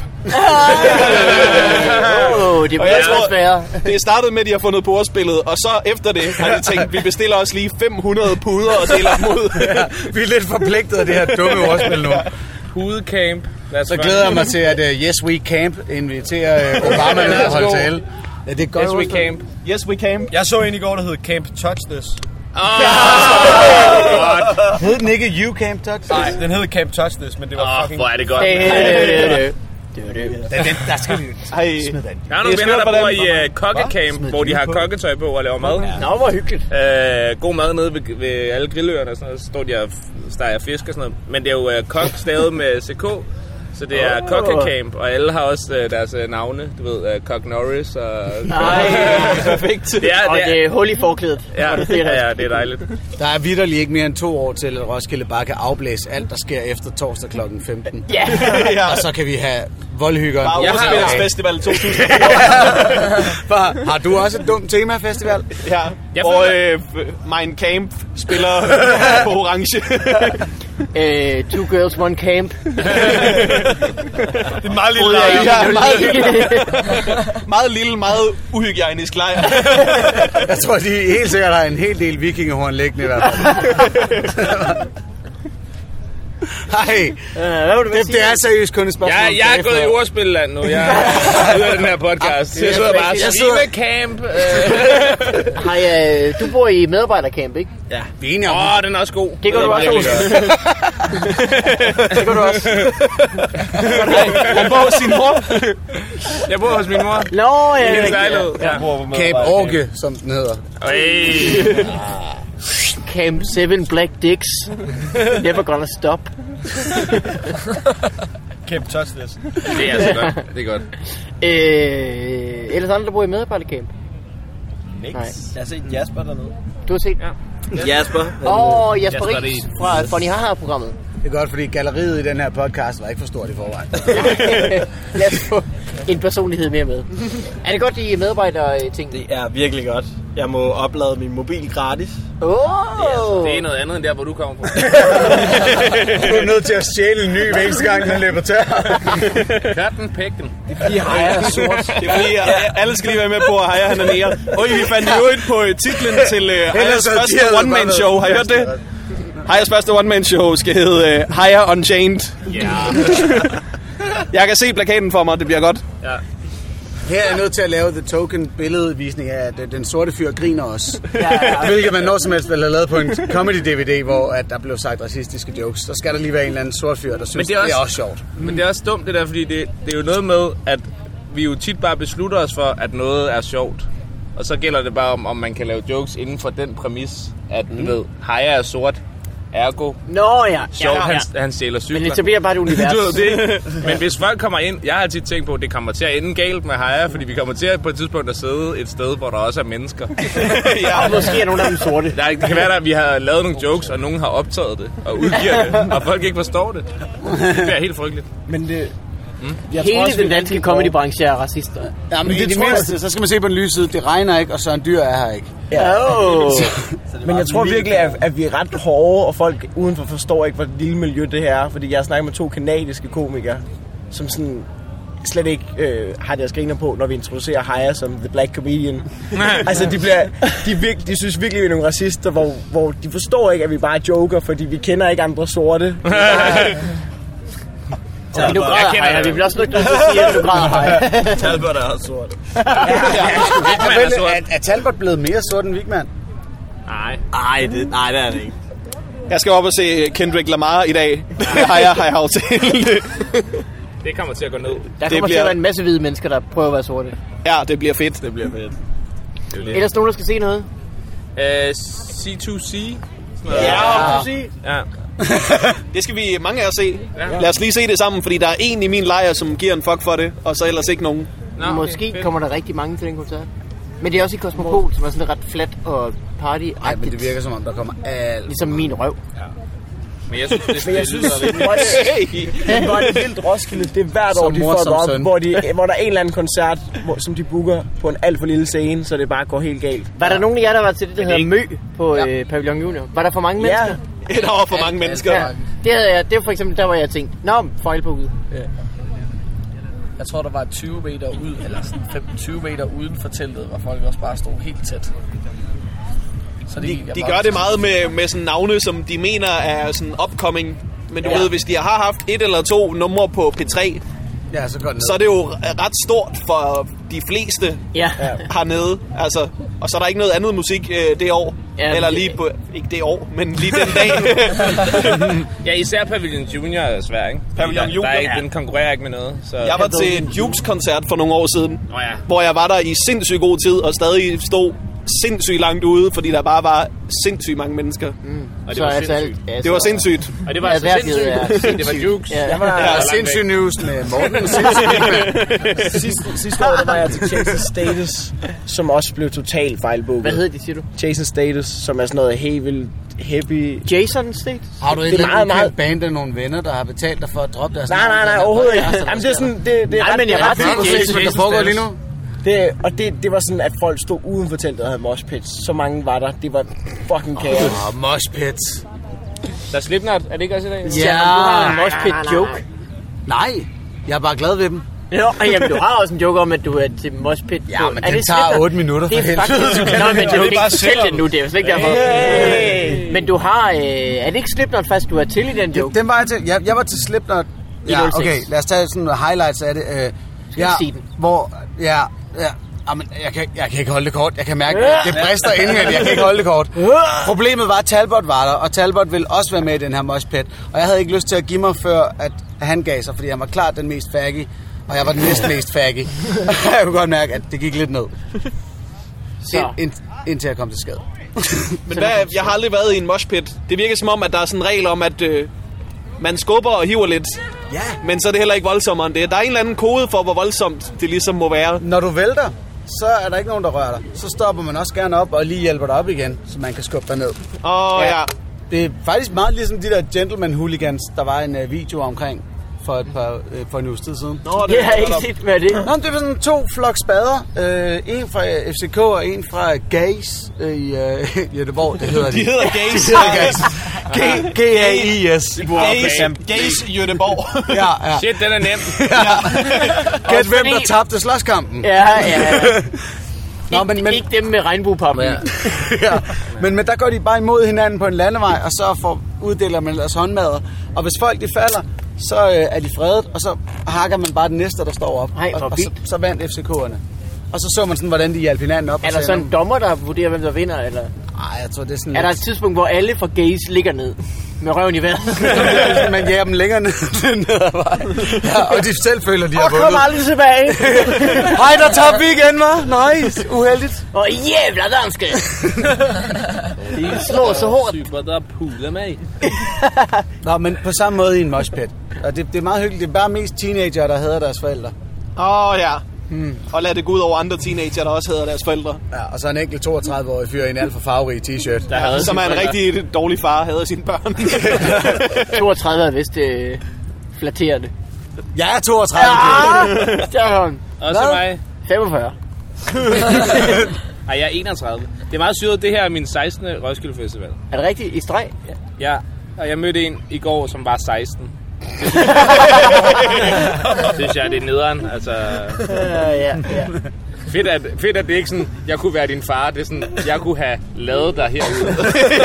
Det bliver også værre. Det startede med, at de har fundet på ordspillet, og så efter det har de tænkt, vi bestiller også lige 500 puder og deler dem ud. Ja, vi er lidt forpligtet af det her dumme ordspil nu. Pudecamp. Så glæder jeg mig til, at Yes We Camp inviterer Obama ned og holde tale. Ja, det er godt. Yes We Camp. Yes We Camp. Jeg så en i går, der hed Camp Touch This. Hed den ikke You Camp Touch? Nej, den hed Camp Touch This, men det var fucking... Hvor er det godt. Der skal vi smide den. Jeg har nogle venner, der bor i kokkecamp, hvor de har kokketøj på og laver mad. Nå, hvor hyggeligt. God mad nede ved alle grilløerne og sådan noget. Så står de og steger fisk og sådan noget. Men det er jo kok stavet med CK. Så det er kokkecamp, og alle har også deres navne. Du ved, Kok Norris og... Nej, perfekt. Det er hul i forklædet. Ja, det er dejligt. Der er vitterligt ikke mere end 2 år til, at Roskilde bare kan afblæse alt, der sker efter torsdag kl. 15. Ja. Og så kan vi have voldhyggere. Bare Udspillers Festival 2000. Har du også et dumt temafestival? Ja, hvor Mein Camp spiller på orange. 2 girls, 1 camp. Det er en meget lille lejr. Meget lille, meget uhygiejnisk lejr. Jeg tror, de helt sikkert har en hel del vikingehorn liggende i hvert fald. Nej, det er seriøst kun et spørgsmål. Jeg er gået i ordspilland nu. Jeg er ude af den her podcast. Jeg sidder bare Svimecamp. Hej, du bor i medarbejdercamp, ikke? Ja, vi er enige om den er også god. Det gør du også. Det gør du også. Han bor hos sin mor. Jeg bor hos min mor. Nå, ja. I hendes lejlighed. Camp Orke, som den hedder. Camp 7 Black Dicks. Never gonna stop. Camp Touch This. Det er altså godt. Det er godt. Ellers andre, der bor i medarbejdercamp? Niks. Nej. Jeg har set Jasper dernede. Du har set? Ja. Jasper. Jasper Ries fra Funny Haha-programmet. Det er godt, fordi galleriet i den her podcast var ikke for stort i forvejen. Lad os få en personlighed mere med. Er det godt, de medarbejder-ting? Det er virkelig godt. Jeg må oplade min mobil gratis. Det er noget andet end der, hvor du kommer fra. Du er nødt til at stjæle en ny hver eneste gang, den løber tør. Katten pækken. Det er fordi Haja er sort. Det er fordi alle skal lige være med på, at Haja han er nære. Vi fandt jo ud på titlen til Hajas første one-man-show. Har I hørt det? Hajas første one-man-show skal hedde Haja Unchained. Ja. Jeg kan se plakaten for mig, det bliver godt. Ja. Her er jeg nødt til at lave The Token billedvisning af, at den sorte fyr griner os. Hvilket man når som helst vil have lavet på en comedy-DVD, hvor at der blev sagt racistiske jokes. Så skal der lige være en eller anden sort fyr, der synes, det er også sjovt. Men det er også dumt det der, fordi det er jo noget med, at vi jo tit bare beslutter os for, at noget er sjovt. Og så gælder det bare om man kan lave jokes inden for den præmis, at du ved, Haja er sort. Ergo. Nå ja. Sjovt, han stjæler cykler. Men det bliver bare et univers. Men hvis folk kommer ind, jeg har tit tænkt på, at det kommer til at ende galt med Haja, fordi vi kommer til at på et tidspunkt at sidde et sted, hvor der også er mennesker. Og måske er nogle af dem sorte. Det kan være, at vi har lavet nogle jokes, og nogen har optaget det og udgiver det, og folk ikke forstår det. Det er helt frygteligt. Men det... Hele den danske comedybranche er racister. Ja, men det mindste, så skal man se på den lyse side. Det regner ikke, og Søren Dyr er her ikke. Men jeg tror virkelig, at vi er ret hårde, og folk udenfor forstår ikke, hvor lille miljø det her er. Fordi jeg har snakket med 2 kanadiske komikere, som sådan slet ikke har deres griner på, når vi introducerer Haja som The Black Comedian. Altså, de synes virkelig, vi er nogle racister, hvor de forstår ikke, at vi bare joker, fordi vi kender ikke andre sorte. Så du græder Haja. Vi bliver også nødt til at sige, at du græder Haja. Talbot er også sort. Er Talbot blevet mere sort end Wigman? Nej, det er det ikke. Jeg skal op og se Kendrick Lamar i dag. Haja har jeg aftalt. Det kommer til at gå ned. Der kommer til at være en masse hvide mennesker, der prøver at være sorte. Ja, det bliver fedt. Det bliver fedt. Ellers nogen, der skal se noget? C2C. Ja, præcis. Ja. Det skal vi mange af os se. Ja. Lad os lige se det sammen, fordi der er en i min lejr, som giver en fuck for det, og så ellers ikke nogen. Måske kommer der rigtig mange til den koncert. Men det er også i Cosmopol, som er sådan ret flat og party-agtigt. Nej, men det virker som om, der kommer alt. Ligesom min røv. Ja. Men jeg synes, det var det vildt Roskilde. Det er hvert år, de får det op, hvor der er en eller anden koncert, som de booker på en alt for lille scene, så det bare går helt galt. Var der nogen af jer, der var til det, der hedder Mø på Pavillon Junior? Var der for mange mennesker? Ja, der var for mange mennesker. Ja. Det var for eksempel der, hvor jeg tænkte, fejl på ude. Ja. Jeg tror, der var 20 meter ud, eller sådan 15-20 meter uden for teltet, hvor folk også bare stod helt tæt. Så de gør det meget med sådan navne, som de mener er sådan upcoming. Men du ved, hvis de har haft 1 eller 2 numre på P3, Ja, så går det ned. Så er det jo ret stort for de fleste hernede. Altså, og så er der ikke noget andet musik det år. Ja, eller lige på, ikke det år, men lige den dag. Ja, især Pavilion Junior er svær, ikke? Pavilion Junior, den konkurrerer ikke med noget. Så. Jeg var til en Jukes-koncert for nogle år siden, hvor jeg var der i sindssygt god tid, og stadig stod sindssygt langt ude, fordi der bare var sindssygt mange mennesker. Og det var sindssygt. Det var sindssygt. Og det var altså sindssygt. Det var Jukes. Jeg var der sindssygt news med Morten. Sidste år, der var jeg til Jason Status, som også blev totalt fejlbooket. Hvad hedder de, siger du? Jason Status, som er sådan noget heavy... Jason Status? Har du et eller andet band af nogle venner, der har betalt dig for at droppe deres... Nej, overhovedet ikke. Jamen, det er sådan... Det er ret, men jeg er ret til, hvad der foregår lige nu. Det var sådan, at folk stod uden for teltet og havde moshpits. Så mange var der. Det var fucking kaos. Moshpits. Der er Slipknot, er det ikke også i dag? Ja, du har en moshpit joke. Nej, jeg er bare glad ved dem. Jo, jamen, du har også en joke om, at du er til moshpit. Ja, men det tager 8 minutter for helvede. Nå, men du kan ikke fortælle det nu, det er jo slet ikke derfor. Men du har... er det ikke Slipknot fast, du er til i den joke? Den var jeg til. Jeg var til Slipknot. Ja, okay, lad os tage sådan highlights af det. Ja, hvor... Ja, men jeg kan ikke holde det kort. Jeg kan mærke, det brister indvendigt. Jeg kan ikke holde det kort. Problemet var, at Talbot var der, og Talbot ville også være med i den her moshpit. Og jeg havde ikke lyst til at give mig, før at han gav sig, fordi han var klart den mest faggy, og jeg var den næstmest faggy. Jeg kunne godt mærke, at det gik lidt ned. Indtil jeg kom til skade. Men jeg har aldrig været i en moshpit. Det virker som om, at der er sådan en regel om, at man skubber og hiver lidt. Ja. Men så er det heller ikke voldsommere end det. Der er en eller anden kode for, hvor voldsomt det ligesom må være. Når du vælter, så er der ikke nogen, der rører dig. Så stopper man også gerne op og lige hjælper dig op igen, så man kan skubbe dig ned. Ja. Det er faktisk meget ligesom de der gentleman hooligans, der var en video omkring for en uges tid siden. Det har jeg ikke set med det. Nå, det var sådan 2 flok spader. En fra FCK og en fra Gays i Göteborg. Det hedder de. De hedder Gays. G-A-I-S. Gays Göteborg. Ja. Shit, den er nem. Gæt hvem, der tabte slåskampen. Ja. Nå, men ikke dem med regnbuepappen. Ja. Men der går de bare imod hinanden på en landevej, og så uddeler man deres håndmadder. Og hvis folk de falder, så er de fredet, og så hakker man bare den næste, der står op. Og så vandt FCK'erne. Og så man sådan, hvordan de hjalp hinanden op. Er der sådan en dommer, der vurderer, hvem der vinder? Eller? Nej, jeg tror, det er sådan... Er der et tidspunkt, hvor alle fra Gays ligger ned med røven i vejret? Man jager dem længere ned ad vejen. Ja, og de selv føler, de har vundet. Og kommer aldrig tilbage. Hej, der tabte vi igen, hva'? Nice, uheldigt. Og jævla danske. De slår så hårdt. Super, der puler mig. Nå, men på samme måde i en moshpit. Og det er meget hyggeligt. Det er bare mest teenager, der hader deres forældre. Ja. Og lad det gå ud over andre teenager, der også hader deres forældre. Ja, og så en enkelt 32-årig fyr i en alt for farverig t-shirt. Som er en rigtig dårlig far, hader sine børn. 32 er vist flatterende. Jeg er 32. Stjern. Også mig. 45. Ej, jeg er 31. Det er meget syret, det her er min 16. Roskilde Festival. Er det rigtigt? I streg? Ja, og jeg mødte en i går, som var 16. Synes jeg, det er nederen. Altså... Ja. Fedt, at det ikke sådan, jeg kunne være din far. Det er sådan, jeg kunne have lavet dig herude.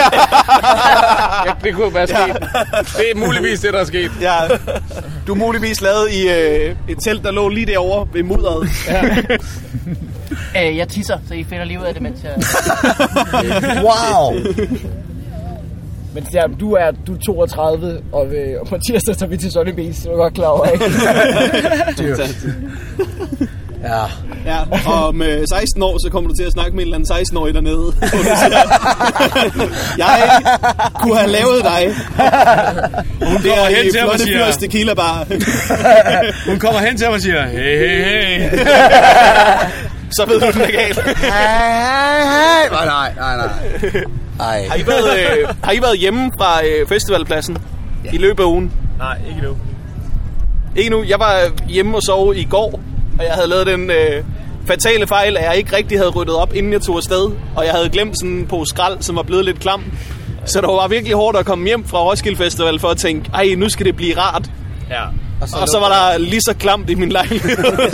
Det kunne være sket. Det er muligvis det, der er sket. Ja. Du er muligvis lavet i et telt, der lå lige derovre ved mudderet. Ja. Jeg tisser, så I finder lige ud af det, mens jeg... Wow! Men du er 32, og på tirsdag tager vi til Sunny Beach, så er du godt klar over, ikke? Ja, og med 16 år, så kommer du til at snakke med en eller anden 16-årig dernede. Jeg kunne have lavet dig. Hun kommer hen til mig og siger... Tequila bar. Hun kommer hen til mig og siger... Hey. Så ved du, den er galt. Nej. Har I været hjemme fra festivalpladsen i løbet af ugen? Nej, ikke nu. Ikke nu. Jeg var hjemme og sove i går, og jeg havde lavet den fatale fejl, at jeg ikke rigtig havde ryddet op, inden jeg tog afsted. Og jeg havde glemt sådan på skrald, som var blevet lidt klam. Så det var virkelig hårdt at komme hjem fra Roskilde Festival for at tænke, ej, nu skal det blive rart. Ja. Og så var der lige så klamt i min lejlighed.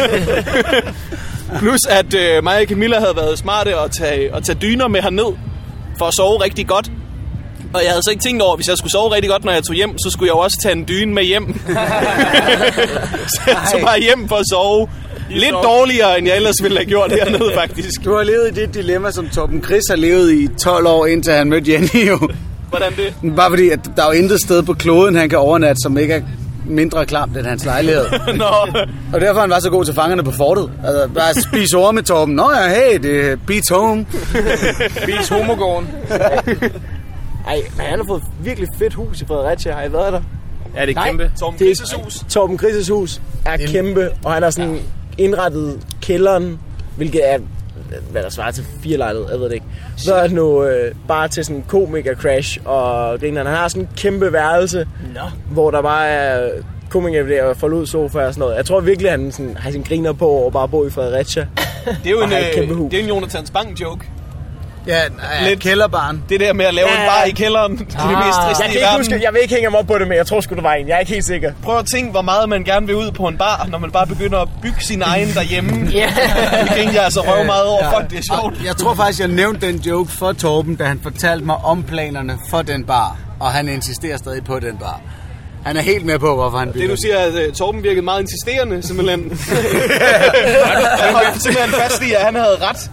Plus at mig og Camilla havde været smarte at tage dyner med herned for at sove rigtig godt. Og jeg havde så ikke tænkt over, hvis jeg skulle sove rigtig godt, når jeg tog hjem, så skulle jeg jo også tage en dyne med hjem. Så jeg tog bare hjem for at sove. Lidt dårligere, end jeg ellers ville have gjort hernede, faktisk. Du har levet i det dilemma, som Torben Chris har levet i 12 år, indtil han mødte Jenny jo. Hvordan det? Bare fordi, at der er jo intet sted på kloden, han kan overnatte, som ikke er mindre klamt end hans lejlighed. Nå. Og derfor han var så god til fangerne på fortet. Altså, bare at spise orme med Torben. Nå ja, hey, det er Beats Home. Beats Homogården. Ej, men han har fået virkelig fedt hus i Fredericia. Har I været der? Ja, det er kæmpe. Torben Chris' hus. Torben Chris' hus er kæmpe, og han har sådan indrettet kælderen, hvilket er, hvad der svarer til 4 lejligheder, jeg ved det ikke. Så er det nu bare til sådan en komiker-crash, og grinerne. Han har sådan en kæmpe værelse, hvor der bare er komikere der og forlod sofa og sådan noget. Jeg tror virkelig, han sådan, har sin griner på og bare bo i Fredericia. Det er jo det er en Jonathan Spang-joke. Ja, lidt kælderbarn. Det der med at lave en bar i kælderen, det er det mest triste i verden. Jeg vil ikke hænge ham op på det, men jeg tror sgu, det var en. Jeg er ikke helt sikker. Prøv at tænke, hvor meget man gerne vil ud på en bar, når man bare begynder at bygge sin egen derhjemme. Det griner jeg altså røv meget over. Fuck, det er sjovt. Jeg tror faktisk, jeg nævnte den joke for Torben, da han fortalte mig om planerne for den bar. Og han insisterer stadig på den bar. Han er helt med på, hvorfor han bygger. Det du siger, at Torben virkede meget insisterende, simpelthen. Han holdt simpelthen fast i, at han havde ret.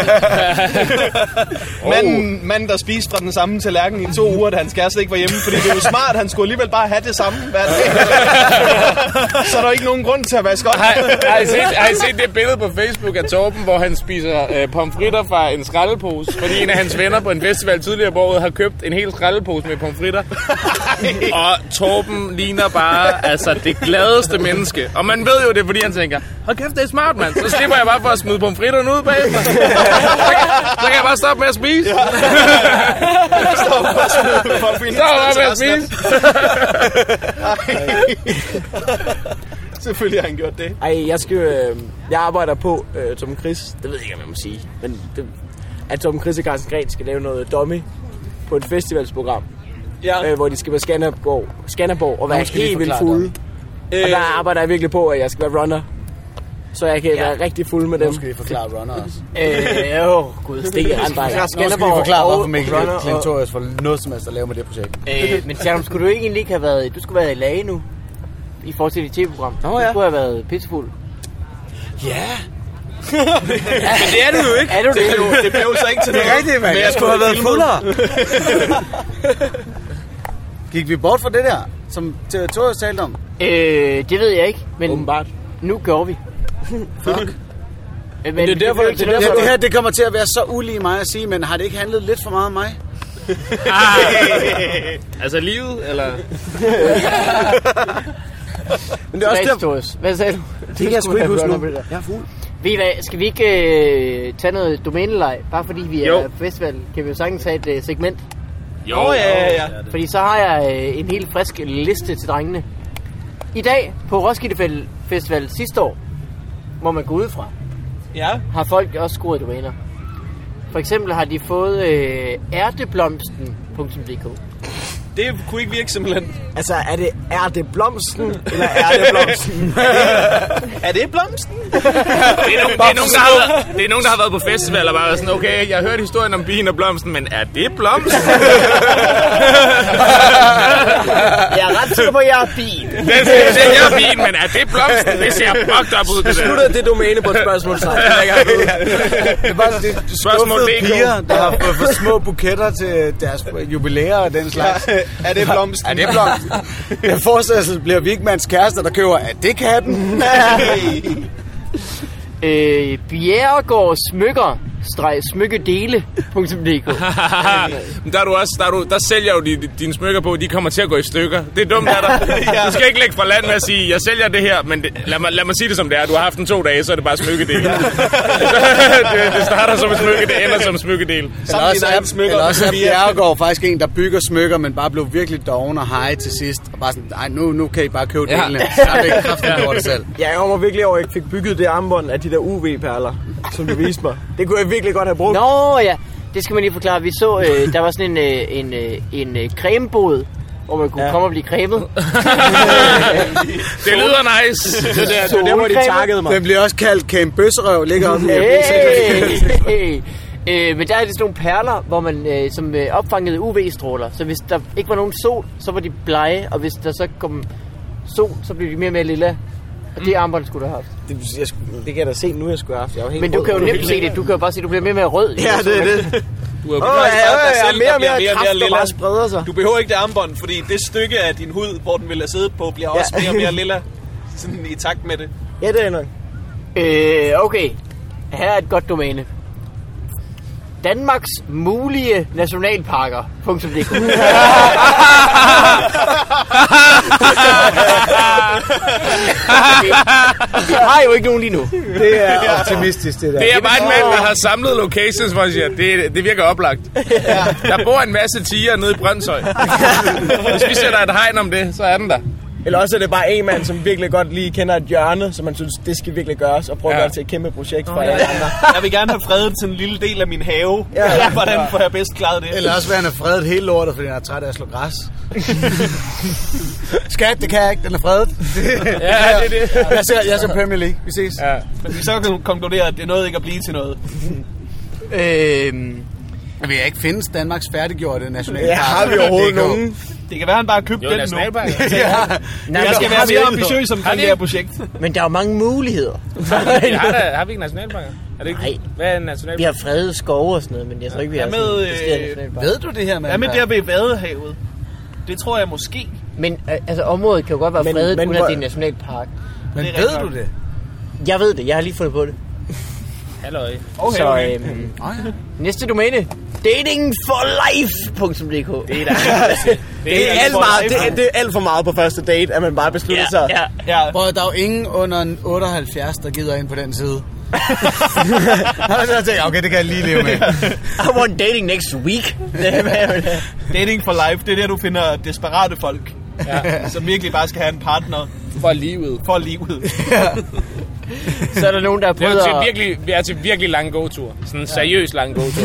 Manden, der spiste fra den samme tallerken i 2 uger, da hans kæreste ikke var hjemme. Fordi det er jo smart, han skulle alligevel bare have det samme hver dag. Så er der ikke nogen grund til at vaske op. Har I set det billede på Facebook af Torben, hvor han spiser pomfritter fra en skraldepose? Fordi en af hans venner på en festival tidligere på året har købt en hel skraldepose med pomfritter. Og Torben ligner bare altså det gladeste menneske. Og man ved jo det, fordi han tænker, hold kæft, det er smart, mand. Så slipper jeg bare for at smide pomfritterne ud bagefter. Så kan jeg bare stoppe med at spise. Stoppe med at spise. Selvfølgelig har han gjort det. Ej, jeg arbejder på Torben Chris. Det ved jeg ikke, om jeg må sige. Men at Torben Chris og Carsten Gren skal lave noget dummy på et festivalsprogram. Ja. Hvor de skal være Skanderborg og være helt vildt fulde. Og der arbejder jeg virkelig på, at jeg skal være runner. Så jeg kan være rigtig fuld med dem. Nu skal vi forklare runner også. Gud, stik er bare. Nu skal vi forklare, hvorfor Mikkel Klintorius får noget som helst at lave med det projekt. Men Tjernom, skulle du ikke egentlig have været... Du skulle være i Lage nu. I forhold til dit tv-program. Du skulle have været pissefuld. Ja. Men det er du jo ikke. Er du det? Det blev så ikke til noget. Det er rigtigt, mand. Jeg skulle have været fuldere. Gik vi bort fra det der, som Torius talte om? Det ved jeg ikke, men åbenbart. Nu går vi. Fuck. Men det er derfor, det her det kommer til at være så ulige mig at sige, men har det ikke handlet lidt for meget om mig? Altså livet, eller? Men det er også der... Hvad sagde du? Det kan jeg sgu ikke huske nu. Jeg er fuld. Skal vi ikke tage noget domænelej? Bare fordi vi er festival, kan vi jo sagtens have et segment. Jo, ja. Fordi så har jeg en helt frisk liste til drengene. I dag på Roskilde Festival sidste år, må man gå ud fra, har folk også scoret domæner. For eksempel har de fået ærteblomsten.dk. Det kunne ikke virke simpelthen. Altså, er det blomsten, eller er det blomsten? Er det blomsten? Det er nogen, der har været på festival og bare sådan, okay, jeg har hørt historien om bien og blomsten, men er det blomsten? Jeg er ret sikker på, at jeg er bien. Jeg er bien, men er det blomsten? Det ser fucked up ud, det der. Slutter det domæne på et spørgsmål sig. Det er bare det skuffede piger, der har fået for små buketter til deres jubilæer og den slags. Er det blomsten? Er det blomsten? Jeg forestiller sig, bliver Vigmans kæreste, der køber, at det kan den. Bjerregård smykker smykkedele.dk. Der sælger jo dine smykker på, de kommer til at gå i stykker. Det er dumt af dig. Du skal ikke lægge fra land med at sige, jeg sælger det her, men lad mig sige det som det er. Du har haft den 2 dage, så er det bare smykkedele. Det starter som en smykke, det ender som en smykkedel. Eller også er Bjerregård faktisk en, der bygger smykker, men bare blev virkelig doven og hej til sidst. Og bare sådan, nu kan I bare købe delene. Så er det ikke kraftigt gjort det selv. Ja, jeg var virkelig over, at jeg fik bygget det armbånd af de der UV-perler, som du viste mig. Det kunne jeg virkelig godt have brugt. Nå ja, det skal man lige forklare. Vi så, der var sådan en cremebod, hvor man kunne komme og blive cremet. Det lyder nice. Det der, hvor de takkede mig. Den bliver også kaldt Camp Bøsserøv, ligger oppe i Men der er det sådan nogle perler, hvor man som opfangede UV-stråler. Så hvis der ikke var nogen sol, så var de blege, og hvis der så kom sol, så blev de mere og mere lilla. Og det armbånd skulle du have haft. Det kan jeg da se nu, jeg skulle have haft. Jeg var helt men du kan jo nemt se det. Du kan jo bare se, at du bliver mere og mere rød. Ja, det er det. Du har mere og mere kraft, der bare spreder sig. Du behøver ikke det armbånd, fordi det stykke af din hud, hvor den ville have siddet på, bliver også mere og mere lilla. Sådan i takt med det. Ja, det er nok. Okay. Her er et godt domæne. Danmarks mulige nationalparker.dk Vi har jo ikke nogen lige nu. Det er optimistisk, det der. Det er bare en mand, der har samlet locations, hvor jeg siger, det virker oplagt. Der bor en masse tiger nede i Brøndshøj. Hvis vi sætter et hegn om det, så er den der. Eller også er det bare en mand, som virkelig godt lige kender et hjørne, så man synes, det skal virkelig gøres, og prøve at gøre det til et kæmpe projekt for alle andre. Jeg vil gerne have fredet sådan en lille del af min have. Ja. Hvordan får jeg bedst klaret det? Eller også vil han have fredet hele lortet, fordi han er træt af at slå græs. Skat, det kan jeg ikke, den er fredet. Ja, det er det. Jeg ser Premier League. Vi ses. Ja. Men vi så kan konkludere, at det er noget ikke at blive til noget. Vil jeg ikke findes Danmarks færdiggjorte nationalpark? Ja, har vi overhovedet nogen? Det kan være, han bare har købt den nu. Ja. Jeg skal være mere ambitiøs omkring det her projekt. Men der er jo mange muligheder. Har vi ikke nationalparker? Er det ikke? Nej. Hvad er en nationalpark? Vi har fredede skove og sådan noget, men jeg tror ikke, vi har sådan nationalpark. Ved du det her, mand? Hvad med der ved Vadehavet? Det tror jeg måske. Men altså, området kan jo godt være fredet, uden at det er en nationalpark. Men ved du det? Jeg ved det, jeg har lige fundet på det. Halløj. Okay, så næste domæne. Datingforlife.dk Det er alt for meget på første date, at man bare beslutter sig. Ja. Hvor der er jo ingen under 78, der gider ind på den side. Og så tænker jeg, okay, det kan jeg lige leve med. I want dating next week. Dating for life, det er der, du finder desperate folk. Ja. Som virkelig bare skal have en partner. For livet. Så er der nogen, der har prøvet vi er til virkelig lange gåtur. Sådan en seriøs lang gåtur.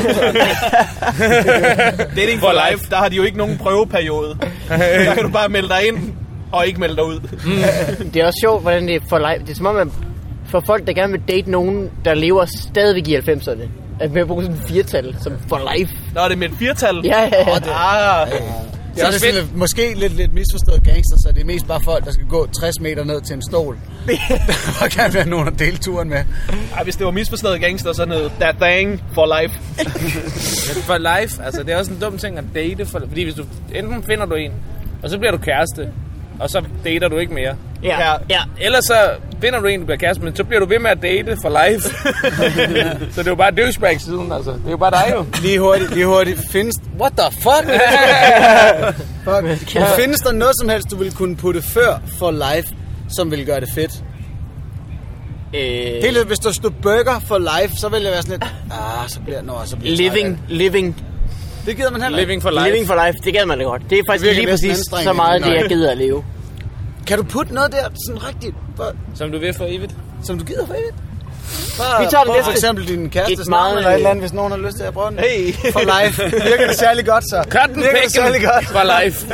Dating for life, der har de jo ikke nogen prøveperiode. Der kan du bare melde dig ind og ikke melde dig ud. Det er også sjovt, hvordan det er for life. Det er som om, man for folk, der gerne vil date nogen, der lever stadigvæk i 90'erne. At man bruger sådan et 4-tal som for life. Nå, er det med et 4-tal? Ja. Så er det sådan, måske lidt misforstået gangster, så det er mest bare folk, der skal gå 60 meter ned til en stol. Der kan være nogen at dele turen med. Ej, hvis det var misforstået gangster, så noget that thing for life. For life, altså det er også en dum ting at date, fordi hvis du enten finder du en, og så bliver du kæreste, og så dater du ikke mere. Ja. Ellers så finder du en, du bliver kæreste, men så bliver du ved med at date for life. Så det er jo bare douchebag siden, altså. Det er jo bare dig jo. Lige hurtigt. Findes... What the fuck? Findes der noget som helst, du ville kunne putte før for life, som ville gøre det fedt? Helt hvis der stod burger for life, så ville jeg være sådan lidt... så bliver Living. Det gider man heller Living for life. Living for life, det gider man da godt. Det er faktisk lige præcis så meget, det jeg gider at leve. Kan du putte noget der sådan rigtigt? Som du vil for evigt? Som du gider for evigt? Vi tager det næste. For eksempel din kæreste meget eller et eller andet, hvis nogen har lyst til at prøve den. Hey. For life. Virker det særlig godt, så? Cut den pikken for life.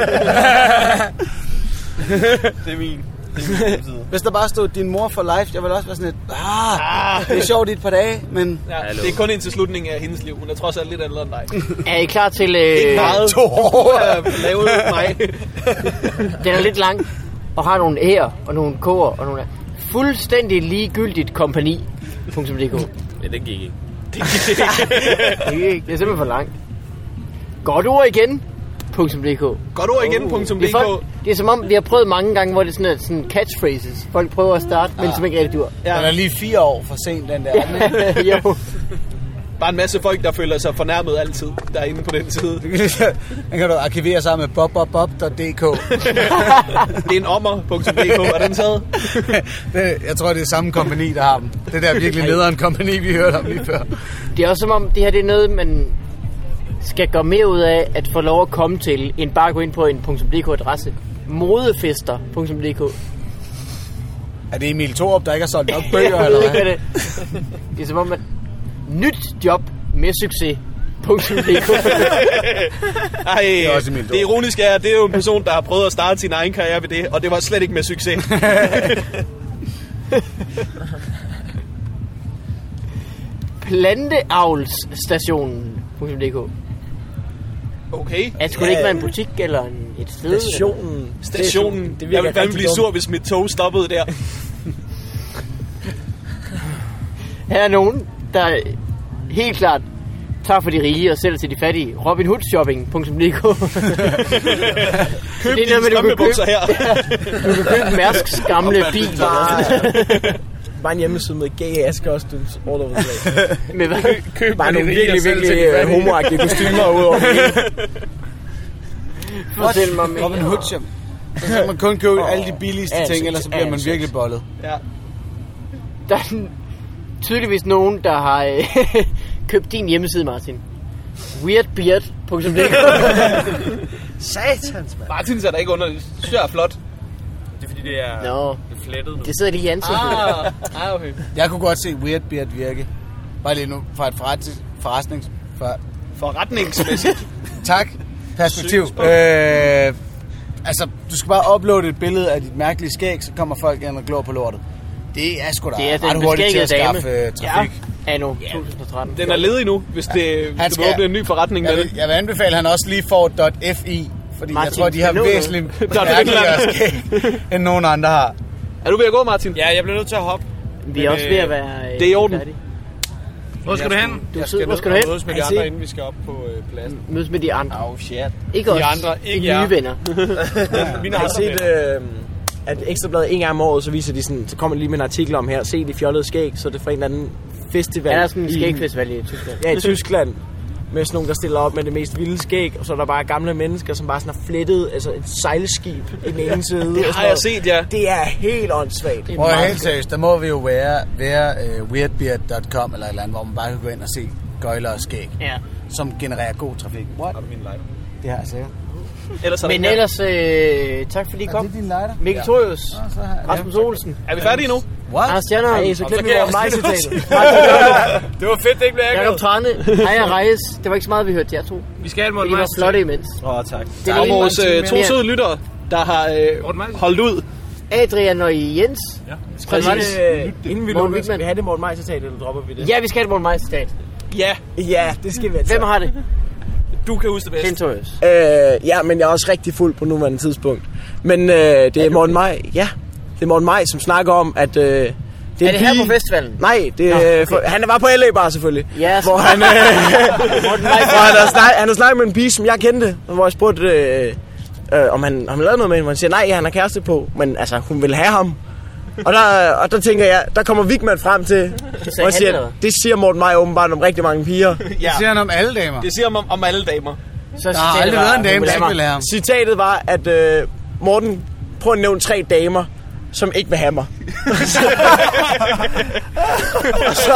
Det er min. Hvis der bare stod din mor for life, jeg vil også være sådan lidt, det er sjovt i et par dage, men... Ja, det er kun indtil slutningen af hendes liv. Hun er trods alt lidt ældre end dig. Er I klar til... Ikke meget. 2 år lavet mig. Den er lidt lang, og har nogle ærer og nogle kår og nogle... Fuldstændig ligegyldigt kompagni.dk. Ja, det gik ikke. Det er simpelthen for langt. Godt ord igen. .dk. Godt ord igen.dk. Det er som om, vi har prøvet mange gange, hvor det er sådan catchphrases. Folk prøver at starte, men som ikke rigtig dur. Ja. Den er lige 4 år for sent, den der. Jo. Bare en masse folk, der føler sig fornærmet altid, der er inde på den side. Den kan du arkivere sammen med bob.dk. Det er en ommer.dk, er den taget? Jeg tror, det er samme kompagni, der har dem. Det der virkelig lederen kompagni, vi hørte om lige før. Det er også som om, det her det er noget, man skal gøre mere ud af at få lov at komme til, end bare gå ind på en .dk-adresse. Modefester.dk. Er det Emil Thorup, der ikke har solgt nok bøger, eller hvad? Det er som om, at nyt job med succes. Ej, det ironiske er, at det er jo en person, der har prøvet at starte sin egen karriere ved det, og det var slet ikke med succes. planteavlsstationen.dk. Okay. Altså, skulle det ikke være en butik eller et sted? Stationen. Jeg vil fandme blive sur, hvis mit tog stoppede der. Her er nogen, der helt klart tager for de rige og sælger til de fattige. RobinHoodShopping.dk. Køb dine strømpebukser her. Du kan købe Mærsks gamle bil. Bare en hjemmeside med gay ass costumes all over the place. Med hvad? Køb bare nogle virkelig homoagtige kostymer ud over det. Fortæl mig mere. Robin Hood Shop. Så kan man kun købe alle de billigste ting, ellers så bliver man virkelig bollet. Ja. Der er tydeligvis nogen, der har købt din hjemmeside, Martin. Weirdbeard.dk. Satans, mand. Martin ser da ikke under. Det synes jeg er flot. Det er fordi, det er flettet nu. Det sidder lige i ansigtet. Okay. Jeg kunne godt se Weirdbeard virke. Bare lige nu fra et Forretningsmæssigt. Tak. Perspektiv. Altså, du skal bare uploade et billede af dit mærkelige skæg, så kommer folk ind og glor på lortet. Det er sgu da ret hurtigt til at skaffe trafik. Ja, anno 2013. Den er ledig nu, hvis det åbner en ny forretning med det. Jeg vil anbefale, at han også lige får .fi, fordi Martin, jeg tror, de har væsentligt mærkeligere skæg, end nogen andre har. Er du ved at gå, Martin? Ja, jeg bliver nødt til at hoppe. Vi er også ved at være det er i orden. Hvor skal du hen? Hvor skal du hen? Mødes med de andre, inden vi skal op på pladsen. Mødes med de andre. Oh shit. Ikke os. De andre, ikke jer. Nye venner. Mine har I set, at Ekstrabladet en gang om året, så viser de sådan, så kommer de lige med en artikel om her, se de fjollede skæg, så det er fra en eller anden festival. Er der sådan en skægfestival i Tyskland? Ja, i Tyskland. Med sådan nogen, der stiller op med det mest vilde skæg, og så er der bare gamle mennesker, som bare sådan har flettet altså et sejlskib i den ene side. Det har jeg set, ja. Det er helt åndssvagt. Prøv helt seriøst, der må vi jo være weirdbeard.com eller et eller andet, hvor man bare kan gå ind og se gøjler og skæg, som genererer god trafik. What? Har du min lighter? Det har jeg sikkert. Men ellers, tak fordi I kom. Er det din lighter? Mikkel Torius, Rasmus Olsen. Er vi færdige nu? What? Anders Stjerner, så klip vi vores mig-citatet. Det var fedt, det ikke blev Jakob akavet. Trane, Aya Reyes. Det var ikke så meget, vi hørte til jer to. Vi skal have et mål. I var flotte imens. Tak. Der er vores to søde lyttere, der har holdt ud. Adrian og Jens. Ja. Præcis. Inden vi lukker, skal vi have det Morten Maj-citat, eller dropper vi det? Ja, vi skal have et Morten Maj-citat. Ja, det skal vi altså. Hvem har det? Du kan huske det bedst. Kentorius. Ja, men jeg er også rigtig fuld på nuværende tidspunkt. Men det er Morten Maj, det er Morten Maj, som snakker om, at... det er det her på festivalen? Nej, okay. Han var på LA Bar selvfølgelig. Ja, hvor han, han har snakket med en pige, som jeg kendte, hvor jeg spurgte, om han lavede noget med hende, hvor han siger, nej, han har kæreste på, men altså, hun vil have ham. Og der tænker jeg, der kommer Vigman frem til, hvor han siger, det siger Morten Maj åbenbart om rigtig mange piger. Det siger han om alle damer. Det siger han om alle damer. Så der har aldrig været en dame, der ikke vil have ham. Citatet var, at Morten, prøv at nævne 3 damer, som ikke vil have mig. Og så...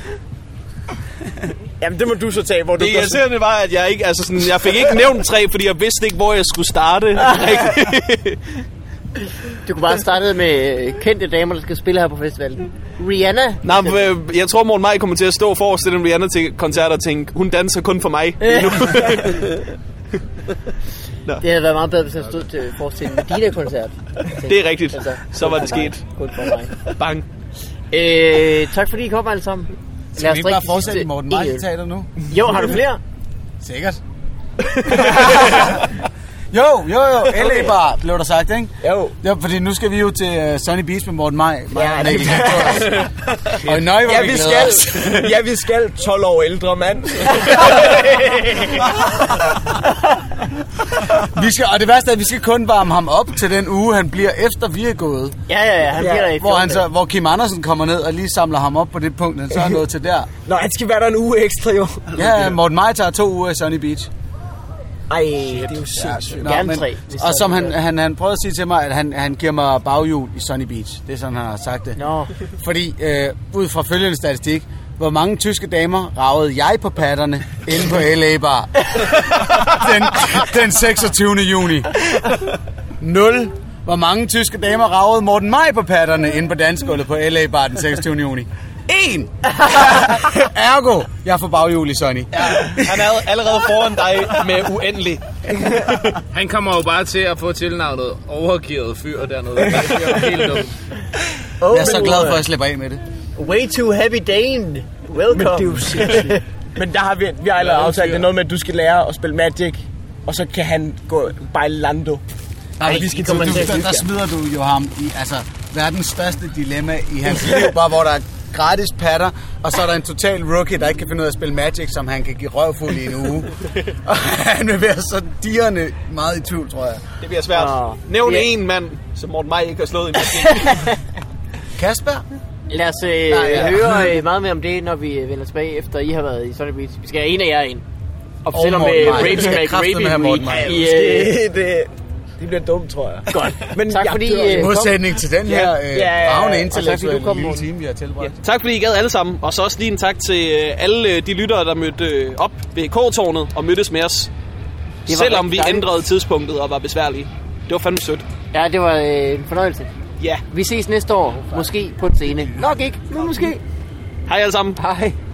Jamen, det må du så tage, hvor du... Det irriterende var, at jeg ikke... Altså sådan, jeg fik ikke nævnt 3, fordi jeg vidste ikke, hvor jeg skulle starte. Du kunne bare starte med kendte damer, der skal spille her på festivalen. Rihanna. Nej, jeg tror, Morten Maj kommer til at stå for at stille Rihanna til koncerter og tænke, hun danser kun for mig. Det havde været meget bedre, hvis han stod til forestillingen med Dina-koncert. Det er rigtigt. Altså, så var det sket. Kun for mig. Bang. Tak fordi I kom alle sammen. Skal vi ikke bare fortsætte med Morten Maj-citater nu? Jo, har du flere? Sikkert. Jo, LA Bar, blev der sagt, ikke? Jo. Ja, fordi nu skal vi jo til Sunny Beach med Morten Maj. Ja, det og nøj, hvor vi skal 12 år ældre mand. Og det værste er, at vi skal kun varme ham op til den uge, han bliver efter vi er gået. Ja, han bliver der i 14 hvor Kim Andersen kommer ned og lige samler ham op på det punkt, så er han nået til der. Nå, han skal være der en uge ekstra, jo. Ja, Morten Maj tager 2 uger i Sunny Beach. Ej, det er jo sindssygt. Gerne 3. Og som han prøvede at sige til mig, at han giver mig baghjul i Sunny Beach. Det er sådan, han har sagt det. Nå. Fordi, ud fra følgende statistik, hvor mange tyske damer ragede jeg på patterne inde på LA Bar den 26. juni? 0. Hvor mange tyske damer ragede Morten Maj på patterne inde på dansegulvet på LA Bar den 26. juni? 1! Ergo, jeg får baghjul i Sonny. Ja, han er allerede foran dig med uendelig. Han kommer jo bare til at få tilnavnet overgearet fyr dernede. Det er helt dumt. Jeg er så glad for, at jeg slipper af med det. Way too heavy Dane. Welcome. Men det er jo sindssygt. Men der har vi har allerede aftalt, det er noget med, at du skal lære at spille Magic, og så kan han gå Bailando. Nej, der smider du jo ham i verdens største dilemma i hans liv, bare hvor der er gratis patter, og så er der en total rookie, der ikke kan finde ud af at spille Magic, som han kan give røvfuld i en uge. Og han vil være så dirrende meget i tvivl, tror jeg. Det bliver svært. Nævn en mand, som Morten Maj ikke har slået i Magic. Kasper? Lad os høre meget mere om det, når vi vender tilbage, efter I har været i Sunny Beach. Vi skal have en af jer ind. Og fortæller med Raping Week. Det bliver dumt, tror jeg. Godt. Men tak fordi i modsætning til den her ravne intellektuelle lille time, vi har tilbragt. Ja. Tak fordi I gad alle sammen. Og så også lige en tak til alle de lyttere, der mødte op ved K-tårnet og mødtes med os. Selvom vi ændrede tidspunktet og var besværlige. Det var fandme sødt. Ja, det var en fornøjelse. Ja. Vi ses næste år. Måske på en scene. Nok ikke, men måske. Hej alle sammen. Hej.